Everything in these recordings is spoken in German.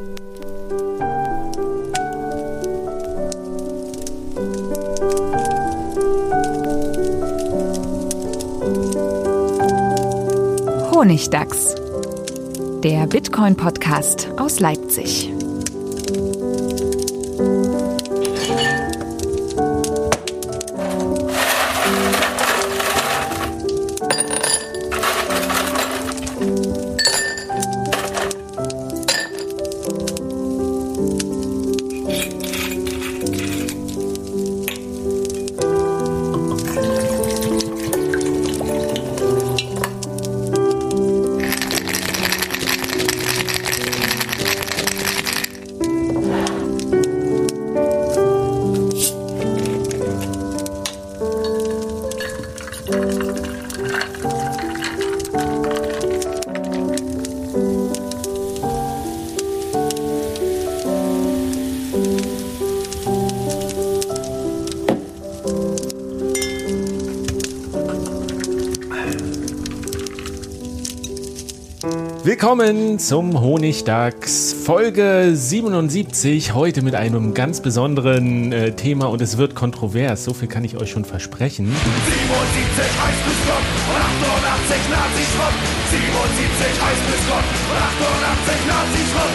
Honigdachs, der Bitcoin-Podcast aus Leipzig. Willkommen zum Honigdachs, Folge 77, heute mit einem ganz besonderen Thema und es wird kontrovers, so viel kann ich euch schon versprechen. 77 heißt bis Gott und 88 Nazi-Schrott, 77 heißt bis Gott und 88 Nazi-Schrott,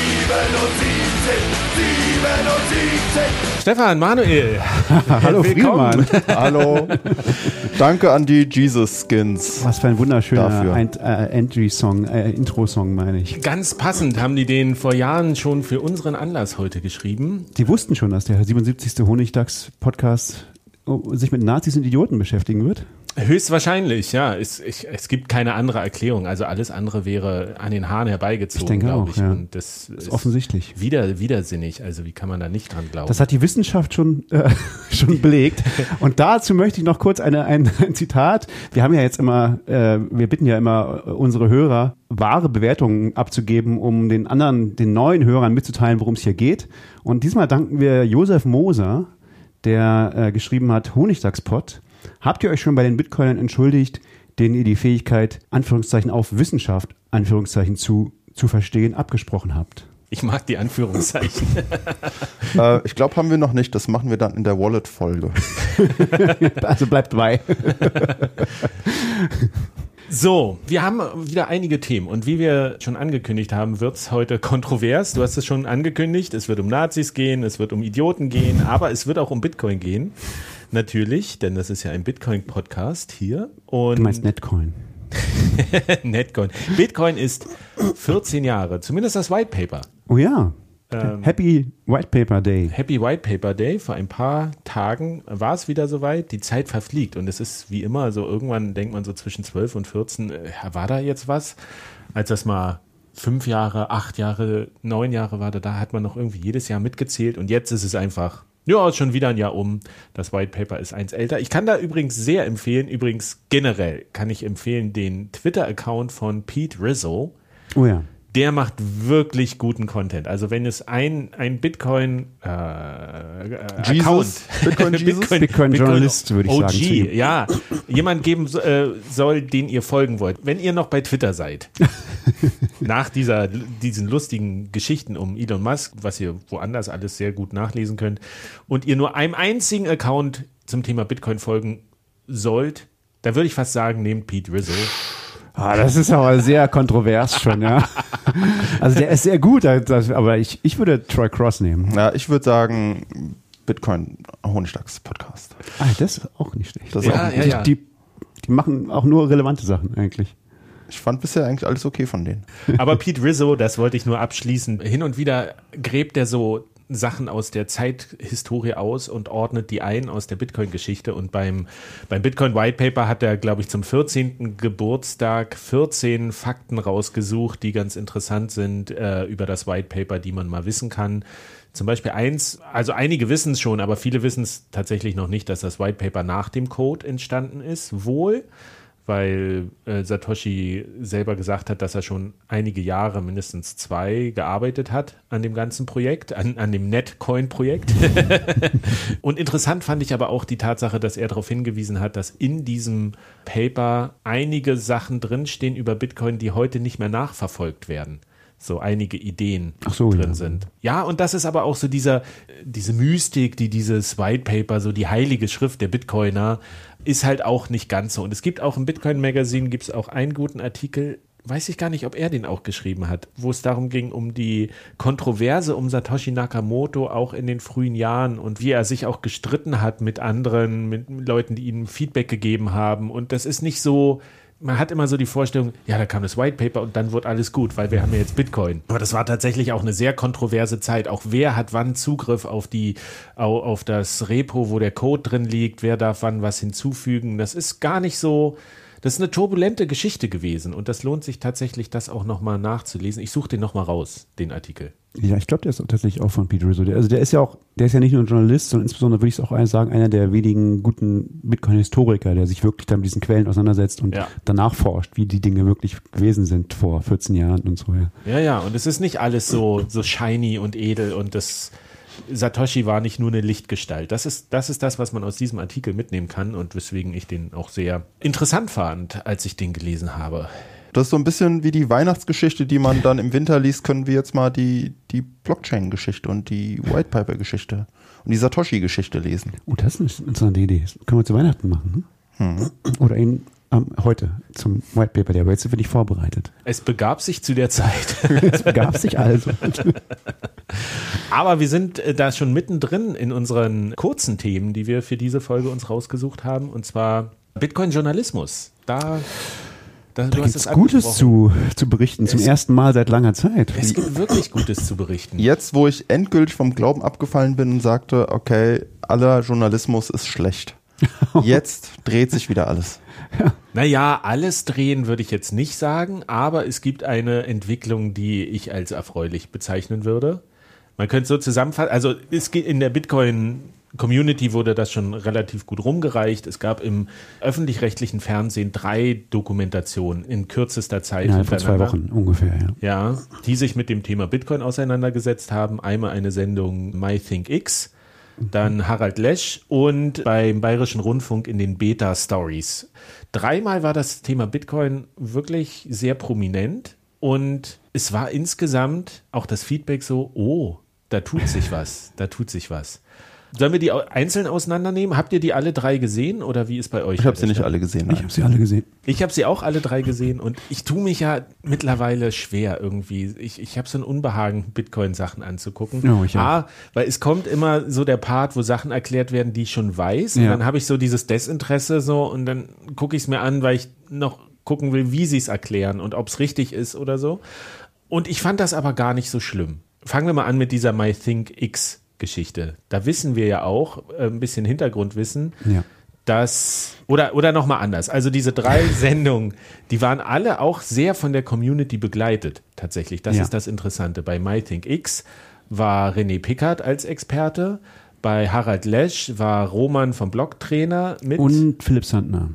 77. Stefan, Manuel, hallo Friedemann. Hallo. Danke an die Jesus-Skins. Was für ein wunderschöner Entry-Song, Intro-Song meine ich. Ganz passend haben die den vor Jahren schon für unseren Anlass heute geschrieben. Die wussten schon, dass der 77. Honigdachs-Podcast sich mit Nazis und Idioten beschäftigen wird? Höchstwahrscheinlich, ja. Es gibt keine andere Erklärung. Also alles andere wäre an den Haaren herbeigezogen, glaube ich. Ja. Und das ist offensichtlich. Widersinnig. Also wie kann man da nicht dran glauben? Das hat die Wissenschaft schon belegt. Und dazu möchte ich noch kurz ein Zitat. Wir haben ja jetzt immer, wir bitten ja immer unsere Hörer, wahre Bewertungen abzugeben, um den neuen Hörern mitzuteilen, worum es hier geht. Und diesmal danken wir Josef Moser, der geschrieben hat, Honigdachspod. Habt ihr euch schon bei den Bitcoinern entschuldigt, denen ihr die Fähigkeit, Anführungszeichen auf Wissenschaft, Anführungszeichen zu verstehen, abgesprochen habt? Ich mag die Anführungszeichen. Ich glaube, haben wir noch nicht. Das machen wir dann in der Wallet-Folge. Also bleibt bei. So, wir haben wieder einige Themen und wie wir schon angekündigt haben, wird es heute kontrovers. Du hast es schon angekündigt, es wird um Nazis gehen, es wird um Idioten gehen, aber es wird auch um Bitcoin gehen. Natürlich, denn das ist ja ein Bitcoin-Podcast hier. Und du meinst Netcoin. Netcoin. Bitcoin ist 14 Jahre, zumindest das White Paper. Oh ja. Happy White Paper Day. Happy White Paper Day. Vor ein paar Tagen war es wieder soweit. Die Zeit verfliegt und es ist wie immer so, irgendwann denkt man so zwischen 12 und 14, war da jetzt was? Als das mal 5 Jahre, 8 Jahre, 9 Jahre war, da hat man noch irgendwie jedes Jahr mitgezählt und jetzt ist es einfach, ja, ist schon wieder ein Jahr um. Das White Paper ist eins älter. Ich kann da übrigens sehr empfehlen, generell kann ich empfehlen den Twitter-Account von Pete Rizzo. Oh ja. Der macht wirklich guten Content. Also wenn es ein Bitcoin Account, Bitcoin Journalist würde ich OG, sagen. ja, jemand geben soll, den ihr folgen wollt. Wenn ihr noch bei Twitter seid, nach diesen lustigen Geschichten um Elon Musk, was ihr woanders alles sehr gut nachlesen könnt, und ihr nur einem einzigen Account zum Thema Bitcoin folgen sollt, da würde ich fast sagen, nehmt Pete Rizzo. Das ist aber sehr kontrovers schon, ja. Also der ist sehr gut, aber ich würde Troy Cross nehmen. Ja, ich würde sagen Bitcoin Honigdachs Podcast. Das ist auch nicht schlecht. Ja. Die machen auch nur relevante Sachen eigentlich. Ich fand bisher eigentlich alles okay von denen. Aber Pete Rizzo, das wollte ich nur abschließen, hin und wieder gräbt er so Sachen aus der Zeithistorie aus und ordnet die ein aus der Bitcoin-Geschichte. Und beim Bitcoin White Paper hat er, glaube ich, zum 14. Geburtstag 14 Fakten rausgesucht, die ganz interessant sind über das White Paper, die man mal wissen kann. Zum Beispiel also einige wissen es schon, aber viele wissen es tatsächlich noch nicht, dass das White Paper nach dem Code entstanden ist, wohl. Weil Satoshi selber gesagt hat, dass er schon einige Jahre, mindestens 2, gearbeitet hat an dem ganzen Projekt, an dem Netcoin-Projekt. Und interessant fand ich aber auch die Tatsache, dass er darauf hingewiesen hat, dass in diesem Paper einige Sachen drinstehen über Bitcoin, die heute nicht mehr nachverfolgt werden. so einige Ideen so, drin ja. sind. Ja, und das ist aber auch so diese Mystik, die dieses White Paper, so die heilige Schrift der Bitcoiner, ist halt auch nicht ganz so. Und es gibt auch im Bitcoin-Magazin, gibt es auch einen guten Artikel, weiß ich gar nicht, ob er den auch geschrieben hat, wo es darum ging, um die Kontroverse um Satoshi Nakamoto auch in den frühen Jahren und wie er sich auch gestritten hat mit anderen, mit Leuten, die ihm Feedback gegeben haben. Und das ist nicht so, man hat immer so die Vorstellung, ja, da kam das White Paper und dann wird alles gut, weil wir haben ja jetzt Bitcoin. Aber das war tatsächlich auch eine sehr kontroverse Zeit. Auch wer hat wann Zugriff auf das Repo, wo der Code drin liegt, wer darf wann was hinzufügen. Das ist gar nicht so. Das ist eine turbulente Geschichte gewesen und das lohnt sich tatsächlich, das auch nochmal nachzulesen. Ich suche den nochmal raus, den Artikel. Ja, ich glaube, der ist tatsächlich auch von Pete Rizzo. Also der ist ja nicht nur ein Journalist, sondern insbesondere würde ich es auch sagen, einer der wenigen guten Bitcoin-Historiker, der sich wirklich dann mit diesen Quellen auseinandersetzt und danach forscht, wie die Dinge wirklich gewesen sind vor 14 Jahren und so. Ja, und es ist nicht alles so shiny und edel und das Satoshi war nicht nur eine Lichtgestalt. Das ist das, was man aus diesem Artikel mitnehmen kann und weswegen ich den auch sehr interessant fand, als ich den gelesen habe. Das ist so ein bisschen wie die Weihnachtsgeschichte, die man dann im Winter liest, können wir jetzt mal die Blockchain-Geschichte und die White Paper-Geschichte und die Satoshi-Geschichte lesen. Oh, das ist eine interessante Idee. Das können wir zu Weihnachten machen. Oder eben heute zum White Paper, der aber jetzt sind wir nicht vorbereitet. Es begab sich zu der Zeit. Es begab sich also. Aber wir sind da schon mittendrin in unseren kurzen Themen, die wir für diese Folge uns rausgesucht haben, und zwar Bitcoin-Journalismus. Da gibt es Gutes zu berichten, zum ersten Mal seit langer Zeit. Es gibt wirklich Gutes zu berichten. Jetzt, wo ich endgültig vom Glauben abgefallen bin und sagte, okay, aller Journalismus ist schlecht. Jetzt dreht sich wieder alles. Ja. Naja, alles drehen würde ich jetzt nicht sagen, aber es gibt eine Entwicklung, die ich als erfreulich bezeichnen würde. Man könnte so zusammenfassen, also es geht in der Bitcoin-Community wurde das schon relativ gut rumgereicht. Es gab im öffentlich-rechtlichen Fernsehen 3 Dokumentationen in kürzester Zeit. Ja, vor 2 Wochen ungefähr, ja, die sich mit dem Thema Bitcoin auseinandergesetzt haben. Einmal eine Sendung MyThinkX, dann Harald Lesch und beim Bayerischen Rundfunk in den Beta-Stories. 3-mal war das Thema Bitcoin wirklich sehr prominent und es war insgesamt auch das Feedback so, da tut sich was. Sollen wir die einzeln auseinandernehmen? Habt ihr die alle 3 gesehen oder wie ist bei euch? Ich habe sie nicht alle gesehen. Ich habe sie alle gesehen. Ich habe sie auch alle 3 gesehen und ich tue mich ja mittlerweile schwer irgendwie. Ich habe so ein Unbehagen, Bitcoin-Sachen anzugucken. Weil es kommt immer so der Part, wo Sachen erklärt werden, die ich schon weiß. Und dann habe ich so dieses Desinteresse so und dann gucke ich es mir an, weil ich noch gucken will, wie sie es erklären und ob es richtig ist oder so. Und ich fand das aber gar nicht so schlimm. Fangen wir mal an mit dieser MyThinkX-Geschichte. Da wissen wir ja auch, ein bisschen Hintergrundwissen, dass, oder nochmal anders, also diese 3 Sendungen, die waren alle auch sehr von der Community begleitet, tatsächlich. Das ist das Interessante. Bei MyThinkX war René Pickard als Experte, bei Harald Lesch war Roman vom Blogtrainer mit. Und Philipp Sandner.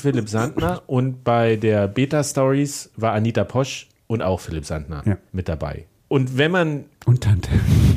Und bei der Beta-Stories war Anita Posch und auch Philipp Sandner mit dabei. Und wenn man... Und Tante.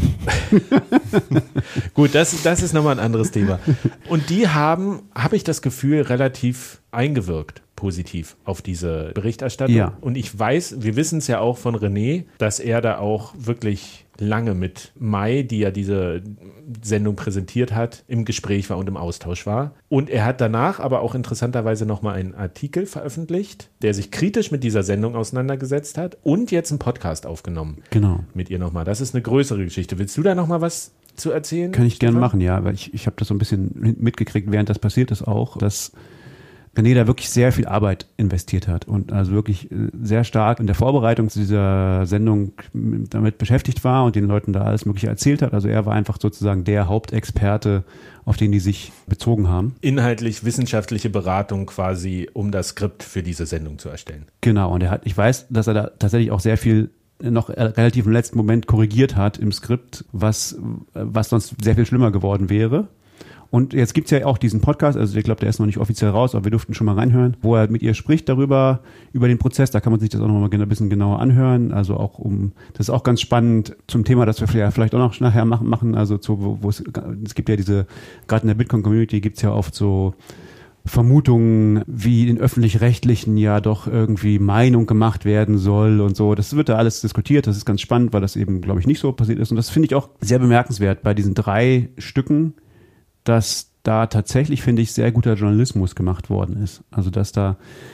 Gut, das ist nochmal ein anderes Thema. Und die habe ich das Gefühl, relativ eingewirkt, positiv auf diese Berichterstattung. Ja. Und wir wissen es ja auch von René, dass er da auch wirklich lange mit Mai, die ja diese Sendung präsentiert hat, im Gespräch war und im Austausch war. Und er hat danach aber auch interessanterweise nochmal einen Artikel veröffentlicht, der sich kritisch mit dieser Sendung auseinandergesetzt hat und jetzt einen Podcast aufgenommen. Genau. Mit ihr nochmal. Das ist eine größere Geschichte. Willst du da nochmal was zu erzählen? Kann ich gerne machen, ja, weil ich habe das so ein bisschen mitgekriegt, während das passiert ist auch, dass René da wirklich sehr viel Arbeit investiert hat und also wirklich sehr stark in der Vorbereitung zu dieser Sendung damit beschäftigt war und den Leuten da alles Mögliche erzählt hat. Also er war einfach sozusagen der Hauptexperte, auf den die sich bezogen haben. Inhaltlich wissenschaftliche Beratung quasi, um das Skript für diese Sendung zu erstellen. Genau, und ich weiß, dass er da tatsächlich auch sehr viel noch relativ im letzten Moment korrigiert hat im Skript, was sonst sehr viel schlimmer geworden wäre. Und jetzt gibt's ja auch diesen Podcast, also ich glaube, der ist noch nicht offiziell raus, aber wir durften schon mal reinhören, wo er mit ihr spricht über den Prozess. Da kann man sich das auch noch mal ein bisschen genauer anhören. Also auch das ist auch ganz spannend zum Thema, das wir vielleicht auch noch nachher machen. Also wo es gibt ja gerade in der Bitcoin-Community gibt's ja oft so Vermutungen, wie in öffentlich-rechtlichen ja doch irgendwie Meinung gemacht werden soll und so. Das wird da alles diskutiert. Das ist ganz spannend, weil das eben, glaube ich, nicht so passiert ist. Und das finde ich auch sehr bemerkenswert bei diesen 3 Stücken, dass da tatsächlich, finde ich, sehr guter Journalismus gemacht worden ist. Also, dass da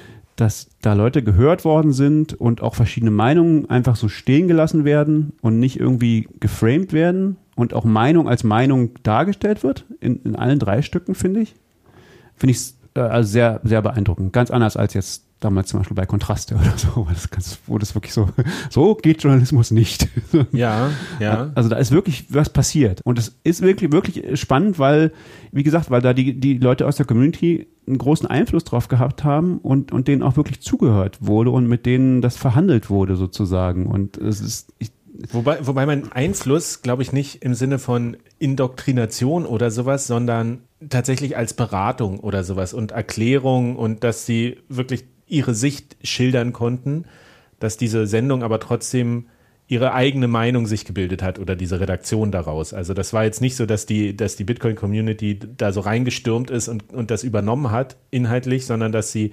Leute gehört worden sind und auch verschiedene Meinungen einfach so stehen gelassen werden und nicht irgendwie geframed werden und auch Meinung als Meinung dargestellt wird, in allen 3 Stücken, finde ich. Finde ich also sehr, sehr beeindruckend. Ganz anders als jetzt damals zum Beispiel bei Kontraste oder so, wo das wirklich so geht Journalismus nicht. Ja. Also da ist wirklich was passiert. Und es ist wirklich, wirklich spannend, weil, wie gesagt, weil da die Leute aus der Community einen großen Einfluss drauf gehabt haben und denen auch wirklich zugehört wurde und mit denen das verhandelt wurde sozusagen. Und es ist, Wobei mein Einfluss, glaube ich, nicht im Sinne von Indoktrination oder sowas, sondern tatsächlich als Beratung oder sowas und Erklärung und dass sie wirklich ihre Sicht schildern konnten, dass diese Sendung aber trotzdem ihre eigene Meinung sich gebildet hat oder diese Redaktion daraus. Also das war jetzt nicht so, dass die Bitcoin-Community da so reingestürmt ist und das übernommen hat inhaltlich, sondern dass sie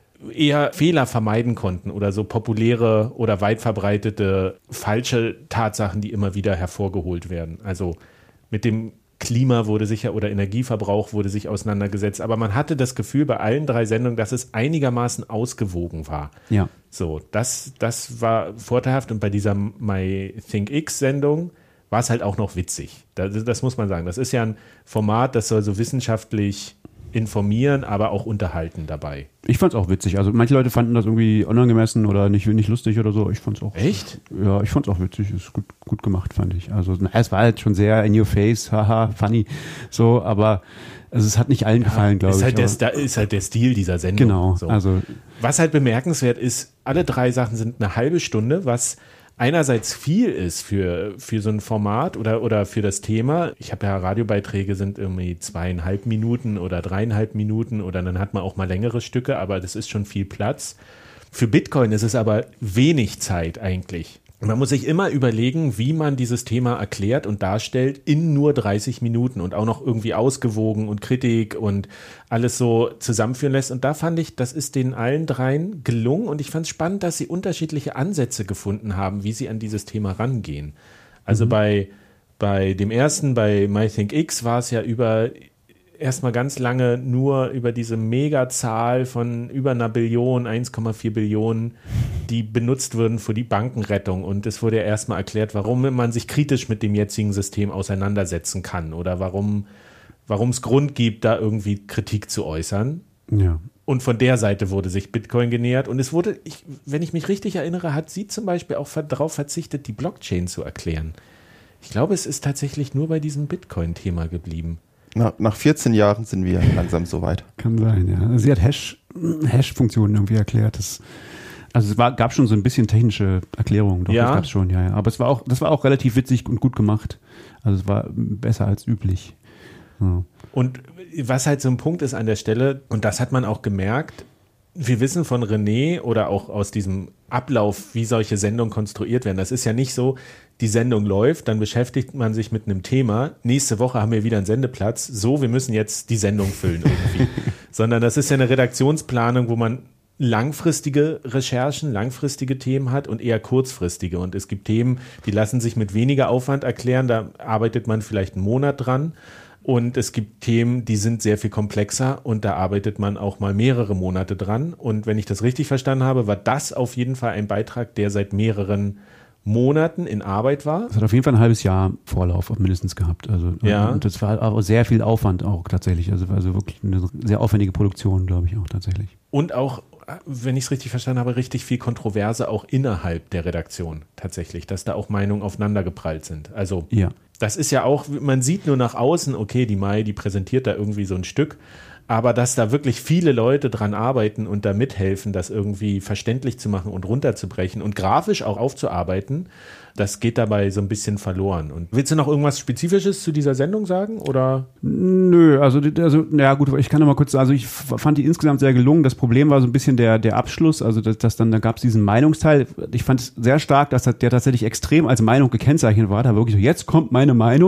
eher Fehler vermeiden konnten oder so populäre oder weit verbreitete falsche Tatsachen, die immer wieder hervorgeholt werden. Also mit dem Klima wurde sicher oder Energieverbrauch wurde sich auseinandergesetzt, aber man hatte das Gefühl bei allen 3 Sendungen, dass es einigermaßen ausgewogen war. Ja. So, das war vorteilhaft und bei dieser MyThinkX-Sendung war es halt auch noch witzig. Das muss man sagen. Das ist ja ein Format, das soll so wissenschaftlich informieren, aber auch unterhalten dabei. Ich fand es auch witzig. Also manche Leute fanden das irgendwie unangemessen oder nicht lustig oder so. Ich fand es auch. Echt? Ja, ich fand es auch witzig. Ist gut gemacht, fand ich. Also es war halt schon sehr in your face, haha, funny. So, aber es hat nicht allen gefallen, glaube ich. Ist halt der Stil dieser Sendung. Genau. So. Also was halt bemerkenswert ist, alle 3 Sachen sind eine halbe Stunde, was einerseits viel ist für so ein Format oder für das Thema. Ich habe ja Radiobeiträge sind irgendwie 2,5 Minuten oder 3,5 Minuten oder dann hat man auch mal längere Stücke, aber das ist schon viel Platz. Für Bitcoin ist es aber wenig Zeit eigentlich. Man muss sich immer überlegen, wie man dieses Thema erklärt und darstellt in nur 30 Minuten und auch noch irgendwie ausgewogen und Kritik und alles so zusammenführen lässt. Und da fand ich, das ist den allen 3 gelungen und ich fand es spannend, dass sie unterschiedliche Ansätze gefunden haben, wie sie an dieses Thema rangehen. Also bei dem ersten, bei MyThinkX war es ja erstmal ganz lange nur über diese Megazahl von über 1 Billion, 1,4 Billionen, die benutzt würden für die Bankenrettung. Und es wurde ja erstmal erklärt, warum man sich kritisch mit dem jetzigen System auseinandersetzen kann oder warum es Grund gibt, da irgendwie Kritik zu äußern. ja. Und von der Seite wurde sich Bitcoin genähert. Und es wurde, wenn ich mich richtig erinnere, hat sie zum Beispiel auch darauf verzichtet, die Blockchain zu erklären. Ich glaube, es ist tatsächlich nur bei diesem Bitcoin-Thema geblieben. Nach 14 Jahren sind wir langsam soweit. Kann sein, ja. Sie hat Hash-Funktionen irgendwie erklärt. Also gab schon so ein bisschen technische Erklärungen. Doch, ja. Das gab es schon, ja. Aber das war auch relativ witzig und gut gemacht. Also es war besser als üblich. Ja. Und was halt so ein Punkt ist an der Stelle, und das hat man auch gemerkt, wir wissen von René oder auch aus diesem Ablauf, wie solche Sendungen konstruiert werden. Das ist ja nicht so, die Sendung läuft, dann beschäftigt man sich mit einem Thema. Nächste Woche haben wir wieder einen Sendeplatz. So, wir müssen jetzt die Sendung füllen irgendwie. Sondern das ist ja eine Redaktionsplanung, wo man langfristige Recherchen, langfristige Themen hat und eher kurzfristige. Und es gibt Themen, die lassen sich mit weniger Aufwand erklären. Da arbeitet man vielleicht einen Monat dran. Und es gibt Themen, die sind sehr viel komplexer und da arbeitet man auch mal mehrere Monate dran. Und wenn ich das richtig verstanden habe, war das auf jeden Fall ein Beitrag, der seit mehreren Monaten in Arbeit war. Es hat auf jeden Fall ein halbes Jahr Vorlauf mindestens gehabt. Also, ja. Und das war auch sehr viel Aufwand auch tatsächlich. Also wirklich eine sehr aufwendige Produktion, glaube ich, auch tatsächlich. Und auch, wenn ich es richtig verstanden habe, richtig viel Kontroverse auch innerhalb der Redaktion tatsächlich, dass da auch Meinungen aufeinander geprallt sind. Also ja. Das ist ja auch, man sieht nur nach außen, okay, die Mai, die präsentiert da irgendwie so ein Stück, aber dass da wirklich viele Leute dran arbeiten und da mithelfen, das irgendwie verständlich zu machen und runterzubrechen und grafisch auch aufzuarbeiten, das geht dabei so ein bisschen verloren. Und willst du noch irgendwas Spezifisches zu dieser Sendung sagen, oder? Nö, also ja gut, ich kann noch mal kurz sagen, also ich fand die insgesamt sehr gelungen. Das Problem war so ein bisschen der Abschluss, also da gab es diesen Meinungsteil. Ich fand es sehr stark, dass der tatsächlich extrem als Meinung gekennzeichnet war. Da wirklich so, jetzt kommt meine Meinung,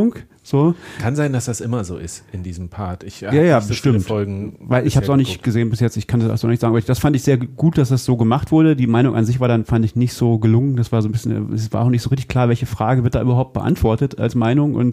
So. Kann sein, dass das immer so ist in diesem Part. Ich Ja, hab nicht so bestimmt. viele Folgen Weil ich habe es auch nicht geguckt. gesehen bis jetzt, ich kann das auch nicht sagen, aber das fand ich sehr gut, dass das so gemacht wurde. Die Meinung an sich war dann, fand ich, nicht so gelungen. Das war so ein bisschen, es war auch nicht so richtig klar, welche Frage wird da überhaupt beantwortet als Meinung und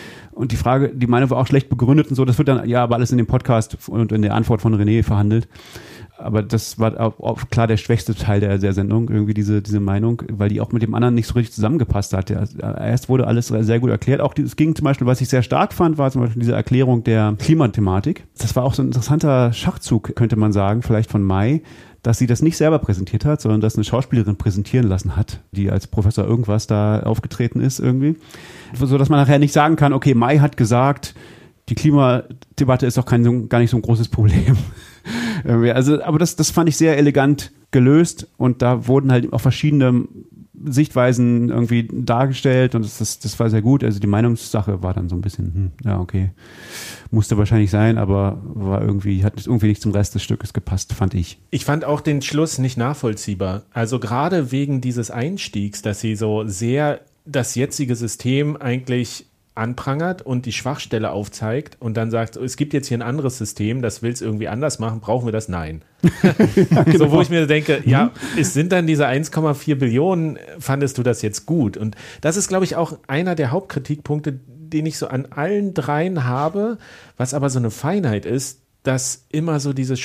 die Meinung war auch schlecht begründet und so. Das wird dann ja aber alles in dem Podcast und in der Antwort von René verhandelt. Aber das war auch klar der schwächste Teil der Sendung, irgendwie diese Meinung, weil die auch mit dem anderen nicht so richtig zusammengepasst hat. Erst wurde alles sehr gut erklärt. Auch es ging zum Beispiel, was ich sehr stark fand, war zum Beispiel diese Erklärung der Klimathematik. Das war auch so ein interessanter Schachzug, könnte man sagen, vielleicht von Mai, dass sie das nicht selber präsentiert hat, sondern dass eine Schauspielerin präsentieren lassen hat, die als Professor irgendwas da aufgetreten ist irgendwie. So dass man nachher nicht sagen kann, okay, Mai hat gesagt, die Klimadebatte ist doch gar nicht so ein großes Problem. Also, aber das fand ich sehr elegant gelöst und da wurden halt auch verschiedene Sichtweisen irgendwie dargestellt und das war sehr gut. Also die Meinungssache war dann so ein bisschen, ja, okay, musste wahrscheinlich sein, aber hat irgendwie nicht zum Rest des Stückes gepasst, fand ich. Ich fand auch den Schluss nicht nachvollziehbar. Also gerade wegen dieses Einstiegs, dass sie so sehr das jetzige System eigentlich anprangert und die Schwachstelle aufzeigt und dann sagt, es gibt jetzt hier ein anderes System, das will es irgendwie anders machen, brauchen wir das? Nein. Ja, genau. So, wo ich mir denke, ja, es sind dann diese 1,4 Billionen, fandest du das jetzt gut? Und das ist, glaube ich, auch einer der Hauptkritikpunkte, den ich so an allen dreien habe, was aber so eine Feinheit ist, dass immer so diese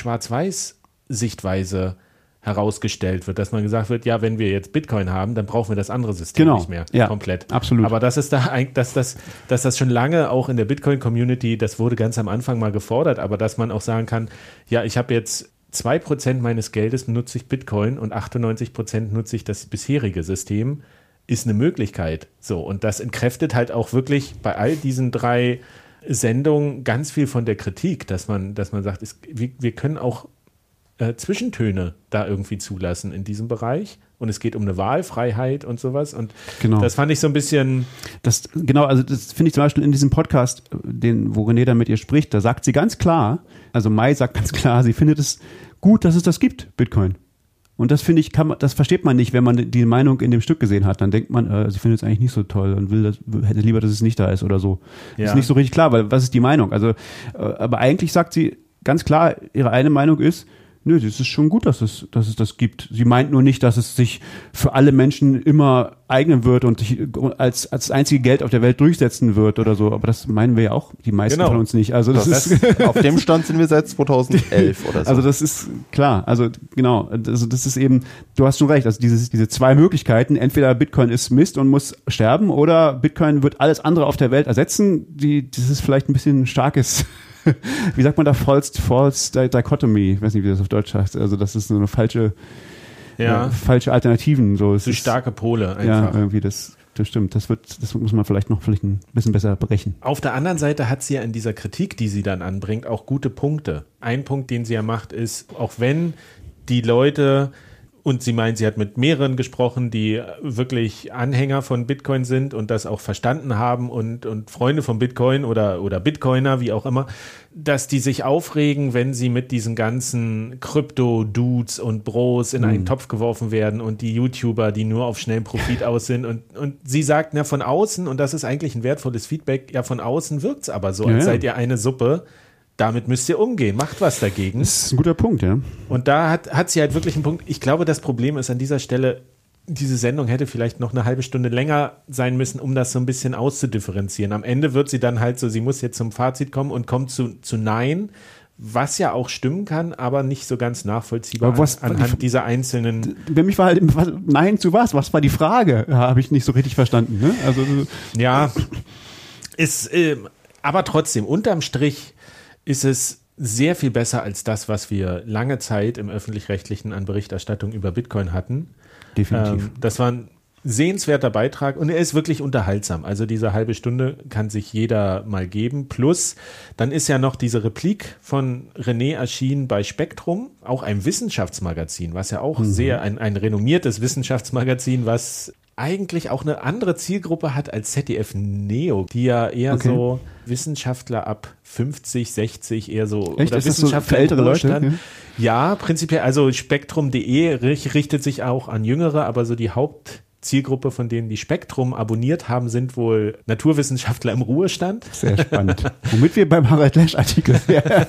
Schwarz-Weiß-Sichtweise herausgestellt wird, dass man gesagt wird, ja, wenn wir jetzt Bitcoin haben, dann brauchen wir das andere System nicht mehr komplett. Absolut. Aber das ist da eigentlich, dass das schon lange auch in der Bitcoin-Community, das wurde ganz am Anfang mal gefordert, aber dass man auch sagen kann, ja, ich habe jetzt 2% meines Geldes nutze ich Bitcoin und 98% nutze ich das bisherige System, ist eine Möglichkeit. So, und das entkräftet halt auch wirklich bei all diesen 3 Sendungen ganz viel von der Kritik, dass man sagt, wir können auch Zwischentöne da irgendwie zulassen in diesem Bereich. Und es geht um eine Wahlfreiheit und sowas. Und das fand ich so ein bisschen. Das finde ich zum Beispiel in diesem Podcast, wo René dann mit ihr spricht, da sagt sie ganz klar, also Mai sagt ganz klar, sie findet es gut, dass es das gibt, Bitcoin. Und das finde ich, das versteht man nicht, wenn man die Meinung in dem Stück gesehen hat. Dann denkt man, sie findet es eigentlich nicht so toll und hätte lieber, dass es nicht da ist oder so. Ja. Ist nicht so richtig klar, weil was ist die Meinung? Also, aber eigentlich sagt sie ganz klar, ihre eine Meinung ist, nö, das ist schon gut, dass es das gibt. Sie meint nur nicht, dass es sich für alle Menschen immer eignen wird und sich als das einzige Geld auf der Welt durchsetzen wird oder so. Aber das meinen wir ja auch, die meisten von uns nicht. Also das ist auf dem Stand sind wir seit 2011 oder so. Also das ist klar. Also genau. Also das ist eben, du hast schon recht. Also diese 2 Möglichkeiten. Entweder Bitcoin ist Mist und muss sterben oder Bitcoin wird alles andere auf der Welt ersetzen. Das ist vielleicht ein bisschen starkes. Wie sagt man da? False Dichotomy. Ich weiß nicht, wie das auf Deutsch heißt. Also das ist so eine falsche Alternativen. So starke Pole einfach. Ja, irgendwie das stimmt. Das muss man vielleicht ein bisschen besser berechnen. Auf der anderen Seite hat sie ja in dieser Kritik, die sie dann anbringt, auch gute Punkte. Ein Punkt, den sie ja macht, ist, auch wenn die Leute, und sie meint, sie hat mit mehreren gesprochen, die wirklich Anhänger von Bitcoin sind und das auch verstanden haben und Freunde von Bitcoin oder Bitcoiner, wie auch immer, dass die sich aufregen, wenn sie mit diesen ganzen Krypto-Dudes und Bros in einen Topf geworfen werden und die YouTuber, die nur auf schnellen Profit aus sind. Und sie sagt, na, von außen, und das ist eigentlich ein wertvolles Feedback, ja, von außen wirkt's aber so, als seid ihr eine Suppe. Damit müsst ihr umgehen. Macht was dagegen. Das ist ein guter Punkt, ja. Und da hat sie halt wirklich einen Punkt. Ich glaube, das Problem ist an dieser Stelle, diese Sendung hätte vielleicht noch eine halbe Stunde länger sein müssen, um das so ein bisschen auszudifferenzieren. Am Ende wird sie dann halt so, sie muss jetzt zum Fazit kommen und kommt zu Nein, was ja auch stimmen kann, aber nicht so ganz nachvollziehbar anhand dieser einzelnen. Für mich war halt Nein zu was? Was war die Frage? Habe ich nicht so richtig verstanden. Ne? Also ja, aber trotzdem, unterm Strich ist es sehr viel besser als das, was wir lange Zeit im Öffentlich-Rechtlichen an Berichterstattung über Bitcoin hatten. Definitiv. Das war ein sehenswerter Beitrag und er ist wirklich unterhaltsam. Also diese halbe Stunde kann sich jeder mal geben. Plus, dann ist ja noch diese Replik von René erschienen bei Spektrum, auch einem Wissenschaftsmagazin, was ja auch sehr ein renommiertes Wissenschaftsmagazin, was eigentlich auch eine andere Zielgruppe hat als ZDF Neo, die ja eher so Wissenschaftler ab 50, 60 eher so. Echt? Oder ist Wissenschaftler das so für ältere Leute? Ja, prinzipiell, also Spektrum.de richtet sich auch an Jüngere, aber so die Zielgruppe von denen, die Spektrum abonniert haben, sind wohl Naturwissenschaftler im Ruhestand. Sehr spannend. Womit wir beim Harald Lesch-Artikel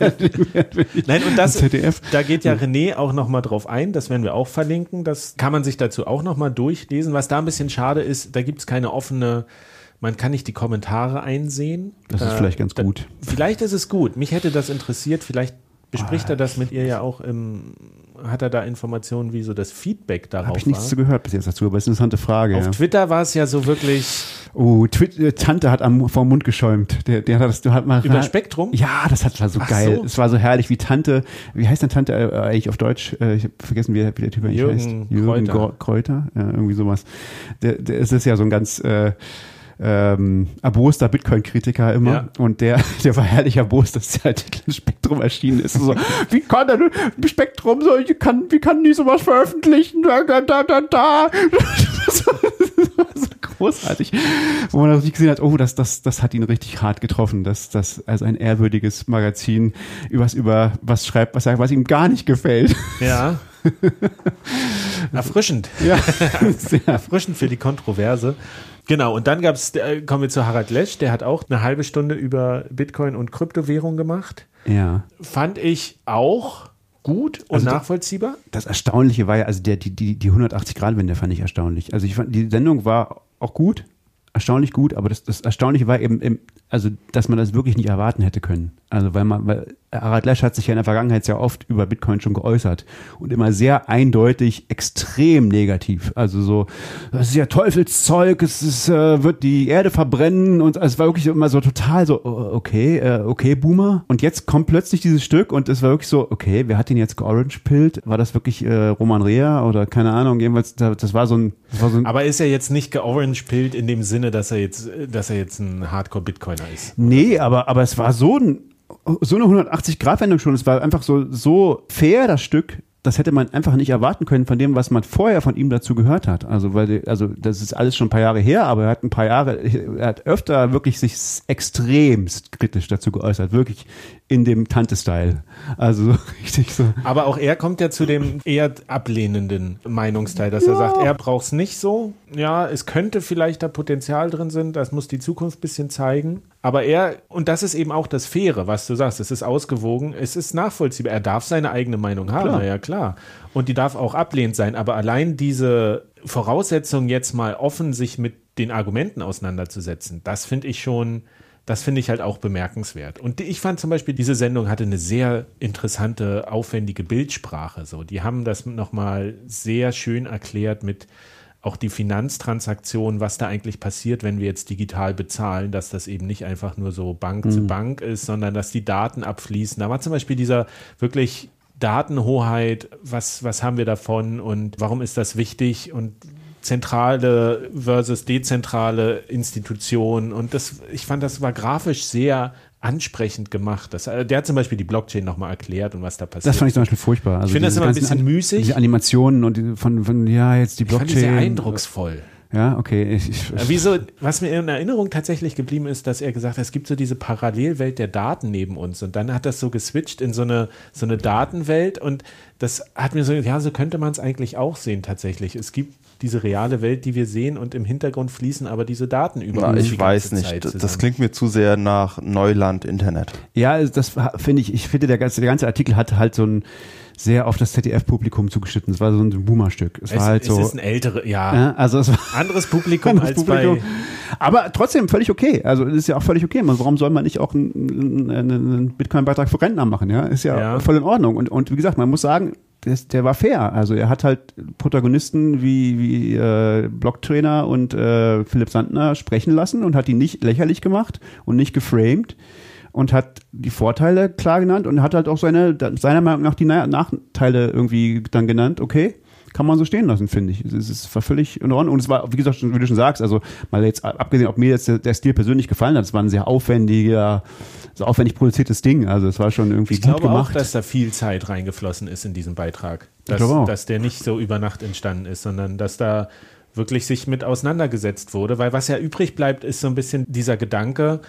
Nein, und das, da geht ja René auch nochmal drauf ein, das werden wir auch verlinken, das kann man sich dazu auch nochmal durchlesen. Was da ein bisschen schade ist, da gibt es keine offene, man kann nicht die Kommentare einsehen. Das ist vielleicht ganz gut. Vielleicht ist es gut, mich hätte das interessiert, vielleicht bespricht er das mit ihr ja auch hat er da Informationen, wie so das Feedback darauf war? Habe ich nichts zu gehört bis jetzt dazu, aber es ist eine interessante Frage. Auf Twitter war es ja so wirklich... Oh, Tante hat vor dem Mund geschäumt. Hat mal über Spektrum? Ja, das war so geil. So. Es war so herrlich, wie Tante, wie heißt denn Tante eigentlich auf Deutsch? Ich habe vergessen, wie der Typ eigentlich heißt. Jürgen Kräuter. Ja, irgendwie sowas. Es ist ja so ein ganz... erboster Bitcoin-Kritiker immer. Ja. Und der war herrlich erbost, dass der Artikel in Spektrum erschienen ist. So, wie kann denn Spektrum wie kann die sowas veröffentlichen? Das war so großartig. Wo man natürlich gesehen hat, oh, das hat ihn richtig hart getroffen, dass also ein ehrwürdiges Magazin über was schreibt, was ihm gar nicht gefällt. Ja. Erfrischend. Ja. Sehr erfrischend für die Kontroverse. Genau, und dann kommen wir zu Harald Lesch, der hat auch eine halbe Stunde über Bitcoin und Kryptowährung gemacht. Ja. Fand ich auch gut und nachvollziehbar. Das Erstaunliche war ja, also die 180-Grad-Wende fand ich erstaunlich. Also ich fand, die Sendung war auch gut, erstaunlich gut, aber das Erstaunliche war eben, also dass man das wirklich nicht erwarten hätte können. Also weil Harald Lesch hat sich ja in der Vergangenheit sehr oft über Bitcoin schon geäußert und immer sehr eindeutig extrem negativ. Also so, das ist ja Teufelszeug, wird die Erde verbrennen und es war wirklich immer so total so, okay, Boomer. Und jetzt kommt plötzlich dieses Stück und es war wirklich so, okay, wer hat den jetzt georange-pillt? War das wirklich Roman Rea oder keine Ahnung, jedenfalls, das war so ein... Aber ist er jetzt nicht georange-pillt in dem Sinne, dass er jetzt ein Hardcore-Bitcoiner ist? Nee, aber es war so eine 180-Grad-Wendung schon. Es war einfach so fair, das Stück. Das hätte man einfach nicht erwarten können von dem, was man vorher von ihm dazu gehört hat. Also das ist alles schon ein paar Jahre her, aber er hat öfter wirklich sich extremst kritisch dazu geäußert. Wirklich in dem Tante-Style. Also richtig so. Aber auch er kommt ja zu dem eher ablehnenden Meinungsteil, dass er sagt, er braucht es nicht so. Ja, es könnte vielleicht da Potenzial drin sein, das muss die Zukunft ein bisschen zeigen. Aber und das ist eben auch das Faire, was du sagst, es ist ausgewogen, es ist nachvollziehbar. Er darf seine eigene Meinung haben, ja klar. Und die darf auch ablehnend sein, aber allein diese Voraussetzung jetzt mal offen sich mit den Argumenten auseinanderzusetzen, das finde ich halt auch bemerkenswert. Und ich fand zum Beispiel, diese Sendung hatte eine sehr interessante, aufwendige Bildsprache. So, die haben das nochmal sehr schön erklärt mit auch die Finanztransaktion, was da eigentlich passiert, wenn wir jetzt digital bezahlen, dass das eben nicht einfach nur so Bank zu Bank ist, sondern dass die Daten abfließen. Da war zum Beispiel dieser wirklich Datenhoheit, was haben wir davon und warum ist das wichtig und zentrale versus dezentrale Institutionen und ich fand, das war grafisch sehr ansprechend gemacht. Der hat zum Beispiel die Blockchain nochmal erklärt und was da passiert. Das fand ich zum Beispiel furchtbar. Also ich finde das immer ein bisschen müßig. Diese Animationen und von jetzt die Blockchain. Ich fand die sehr eindrucksvoll. Ja, okay. Was mir in Erinnerung tatsächlich geblieben ist, dass er gesagt hat, es gibt so diese Parallelwelt der Daten neben uns und dann hat das so geswitcht in so eine Datenwelt und das hat mir so könnte man es eigentlich auch sehen tatsächlich. Es gibt diese reale Welt, die wir sehen und im Hintergrund fließen aber diese Daten überall. Ich weiß nicht, das klingt mir zu sehr nach Neuland Internet. Ja, das finde ich finde der ganze Artikel hatte halt so ein sehr auf das ZDF-Publikum zugeschnitten. Es war so ein Boomer-Stück. Es ist ein ältere, also es war anderes Publikum als bei... Aber trotzdem völlig okay. Also es ist ja auch völlig okay. Warum soll man nicht auch einen Bitcoin-Beitrag für Rentner machen? Ja, ist ja voll in Ordnung. Und wie gesagt, man muss sagen, der war fair. Also er hat halt Protagonisten wie Blocktrainer und Philipp Sandner sprechen lassen und hat die nicht lächerlich gemacht und nicht geframed. Und hat die Vorteile klar genannt und hat halt auch seiner Meinung nach die Nachteile irgendwie dann genannt. Okay, kann man so stehen lassen, finde ich. Es war völlig in Ordnung. Und es war, wie gesagt, wie du schon sagst, also mal jetzt abgesehen, ob mir jetzt der Stil persönlich gefallen hat, es war ein sehr aufwendig produziertes Ding. Also es war schon irgendwie gut gemacht. Ich glaube auch, dass da viel Zeit reingeflossen ist in diesen Beitrag. Dass der nicht so über Nacht entstanden ist, sondern dass da wirklich sich mit auseinandergesetzt wurde. Weil was ja übrig bleibt, ist so ein bisschen dieser Gedanke,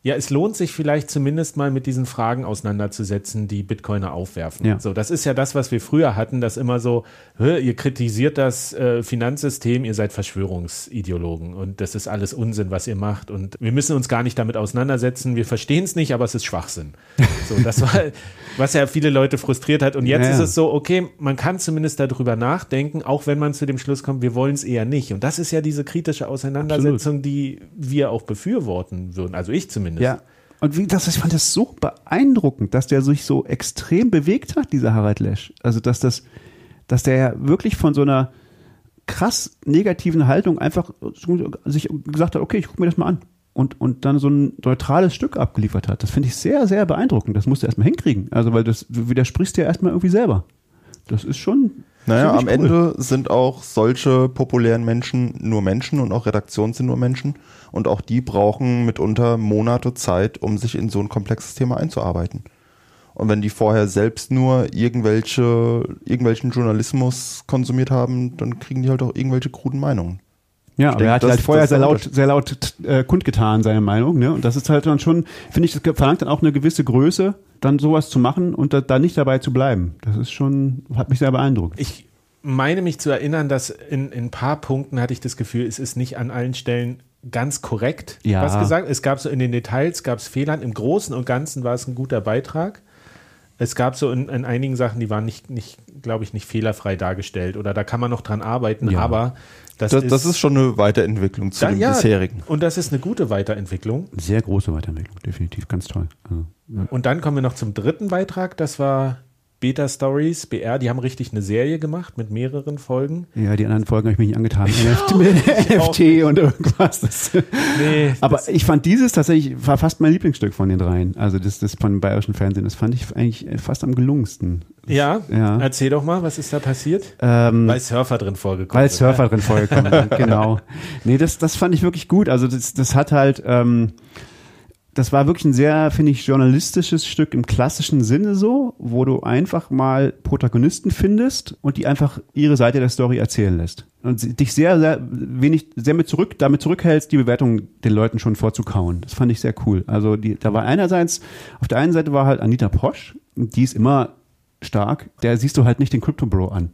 Ja, es lohnt sich vielleicht zumindest mal mit diesen Fragen auseinanderzusetzen, die Bitcoiner aufwerfen. Ja. So, das ist ja das, was wir früher hatten, dass immer so, ihr kritisiert das Finanzsystem, ihr seid Verschwörungsideologen und das ist alles Unsinn, was ihr macht und wir müssen uns gar nicht damit auseinandersetzen, wir verstehen es nicht, aber es ist Schwachsinn. So, das war, was ja viele Leute frustriert hat und jetzt ist es so, okay, man kann zumindest darüber nachdenken, auch wenn man zu dem Schluss kommt, wir wollen es eher nicht. Und das ist ja diese kritische Auseinandersetzung, die wir auch befürworten würden, also ich zumindest. Ja, und ich fand das so beeindruckend, dass der sich so extrem bewegt hat, dieser Harald Lesch. Also, dass der ja wirklich von so einer krass negativen Haltung einfach sich gesagt hat, okay, ich gucke mir das mal an. Und dann so ein neutrales Stück abgeliefert hat. Das finde ich sehr, sehr beeindruckend. Das musst du erstmal hinkriegen. Also, weil du widersprichst dir erstmal irgendwie selber. Das ist schon. Naja, am cool. Ende sind auch solche populären Menschen nur Menschen und auch Redaktionen sind nur Menschen und auch die brauchen mitunter Monate Zeit, um sich in so ein komplexes Thema einzuarbeiten. Und wenn die vorher selbst nur irgendwelchen Journalismus konsumiert haben, dann kriegen die halt auch irgendwelche kruden Meinungen. Ja, Ich aber denke, er hat das- halt vorher das ist sehr laut kundgetan, seine Meinung, ne? Und das ist halt dann schon, finde ich, das verlangt dann auch eine gewisse Größe, dann sowas zu machen und da nicht dabei zu bleiben. Das ist schon, hat mich sehr beeindruckt. Ich meine mich zu erinnern, dass in ein paar Punkten hatte ich das Gefühl, es ist nicht an allen Stellen ganz korrekt, Ja. was gesagt. Es gab so in den Details, gab es Fehlern. Im Großen und Ganzen war es ein guter Beitrag. Es gab so in einigen Sachen, die waren nicht, glaube ich, nicht fehlerfrei dargestellt oder da kann man noch dran arbeiten, Ja. aber Das ist schon eine Weiterentwicklung zu dem bisherigen. Und das ist eine gute Weiterentwicklung. Sehr große Weiterentwicklung, definitiv, ganz toll. Also, ja. Und dann kommen wir noch zum dritten Beitrag, das war Beta Stories, BR, die haben richtig eine Serie gemacht mit mehreren Folgen. Ja, die anderen Folgen habe ich mir nicht angetan. NFT und irgendwas. Nee, Aber ich fand dieses tatsächlich, war fast mein Lieblingsstück von den dreien. Also das von Bayerischen Fernsehen. Das fand ich eigentlich fast am gelungensten. Ja, Ja. erzähl doch mal, was ist da passiert? Weil Surfer drin vorgekommen Weil sind. Surfer drin vorgekommen sind, genau. Nee, das fand ich wirklich gut. Also das hat halt, das war wirklich ein sehr, finde ich, journalistisches Stück im klassischen Sinne so, wo du einfach mal Protagonisten findest und die einfach ihre Seite der Story erzählen lässt. Und dich sehr, sehr damit zurückhältst, die Bewertung den Leuten schon vorzukauen. Das fand ich sehr cool. Also da war einerseits, auf der einen Seite war halt Anita Posch, die ist immer stark, der siehst du halt nicht den Crypto Bro an.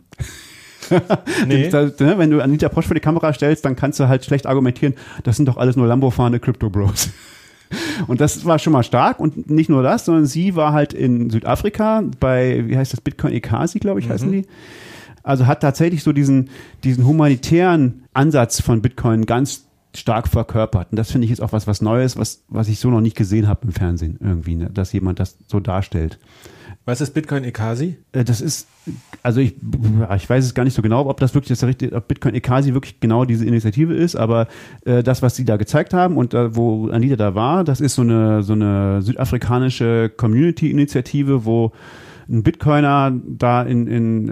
Nee. Wenn du Anita Posch vor die Kamera stellst, dann kannst du halt schlecht argumentieren, das sind doch alles nur Lambo-fahrende Crypto Bros. Und das war schon mal stark und nicht nur das, sondern sie war halt in Südafrika bei, wie heißt das, Bitcoin Ekasi, glaube ich, heißen die. Also hat tatsächlich so diesen humanitären Ansatz von Bitcoin ganz stark verkörpert. Und das finde ich jetzt auch was Neues, was ich so noch nicht gesehen habe im Fernsehen irgendwie, ne? Dass jemand das so darstellt. Was ist Bitcoin Ekasi? Das ist, also ich weiß es gar nicht so genau, ob das wirklich ob Bitcoin Ekasi wirklich genau diese Initiative ist, aber das, was sie da gezeigt haben und wo Anita da war, das ist so eine südafrikanische Community-Initiative, wo ein Bitcoiner da ich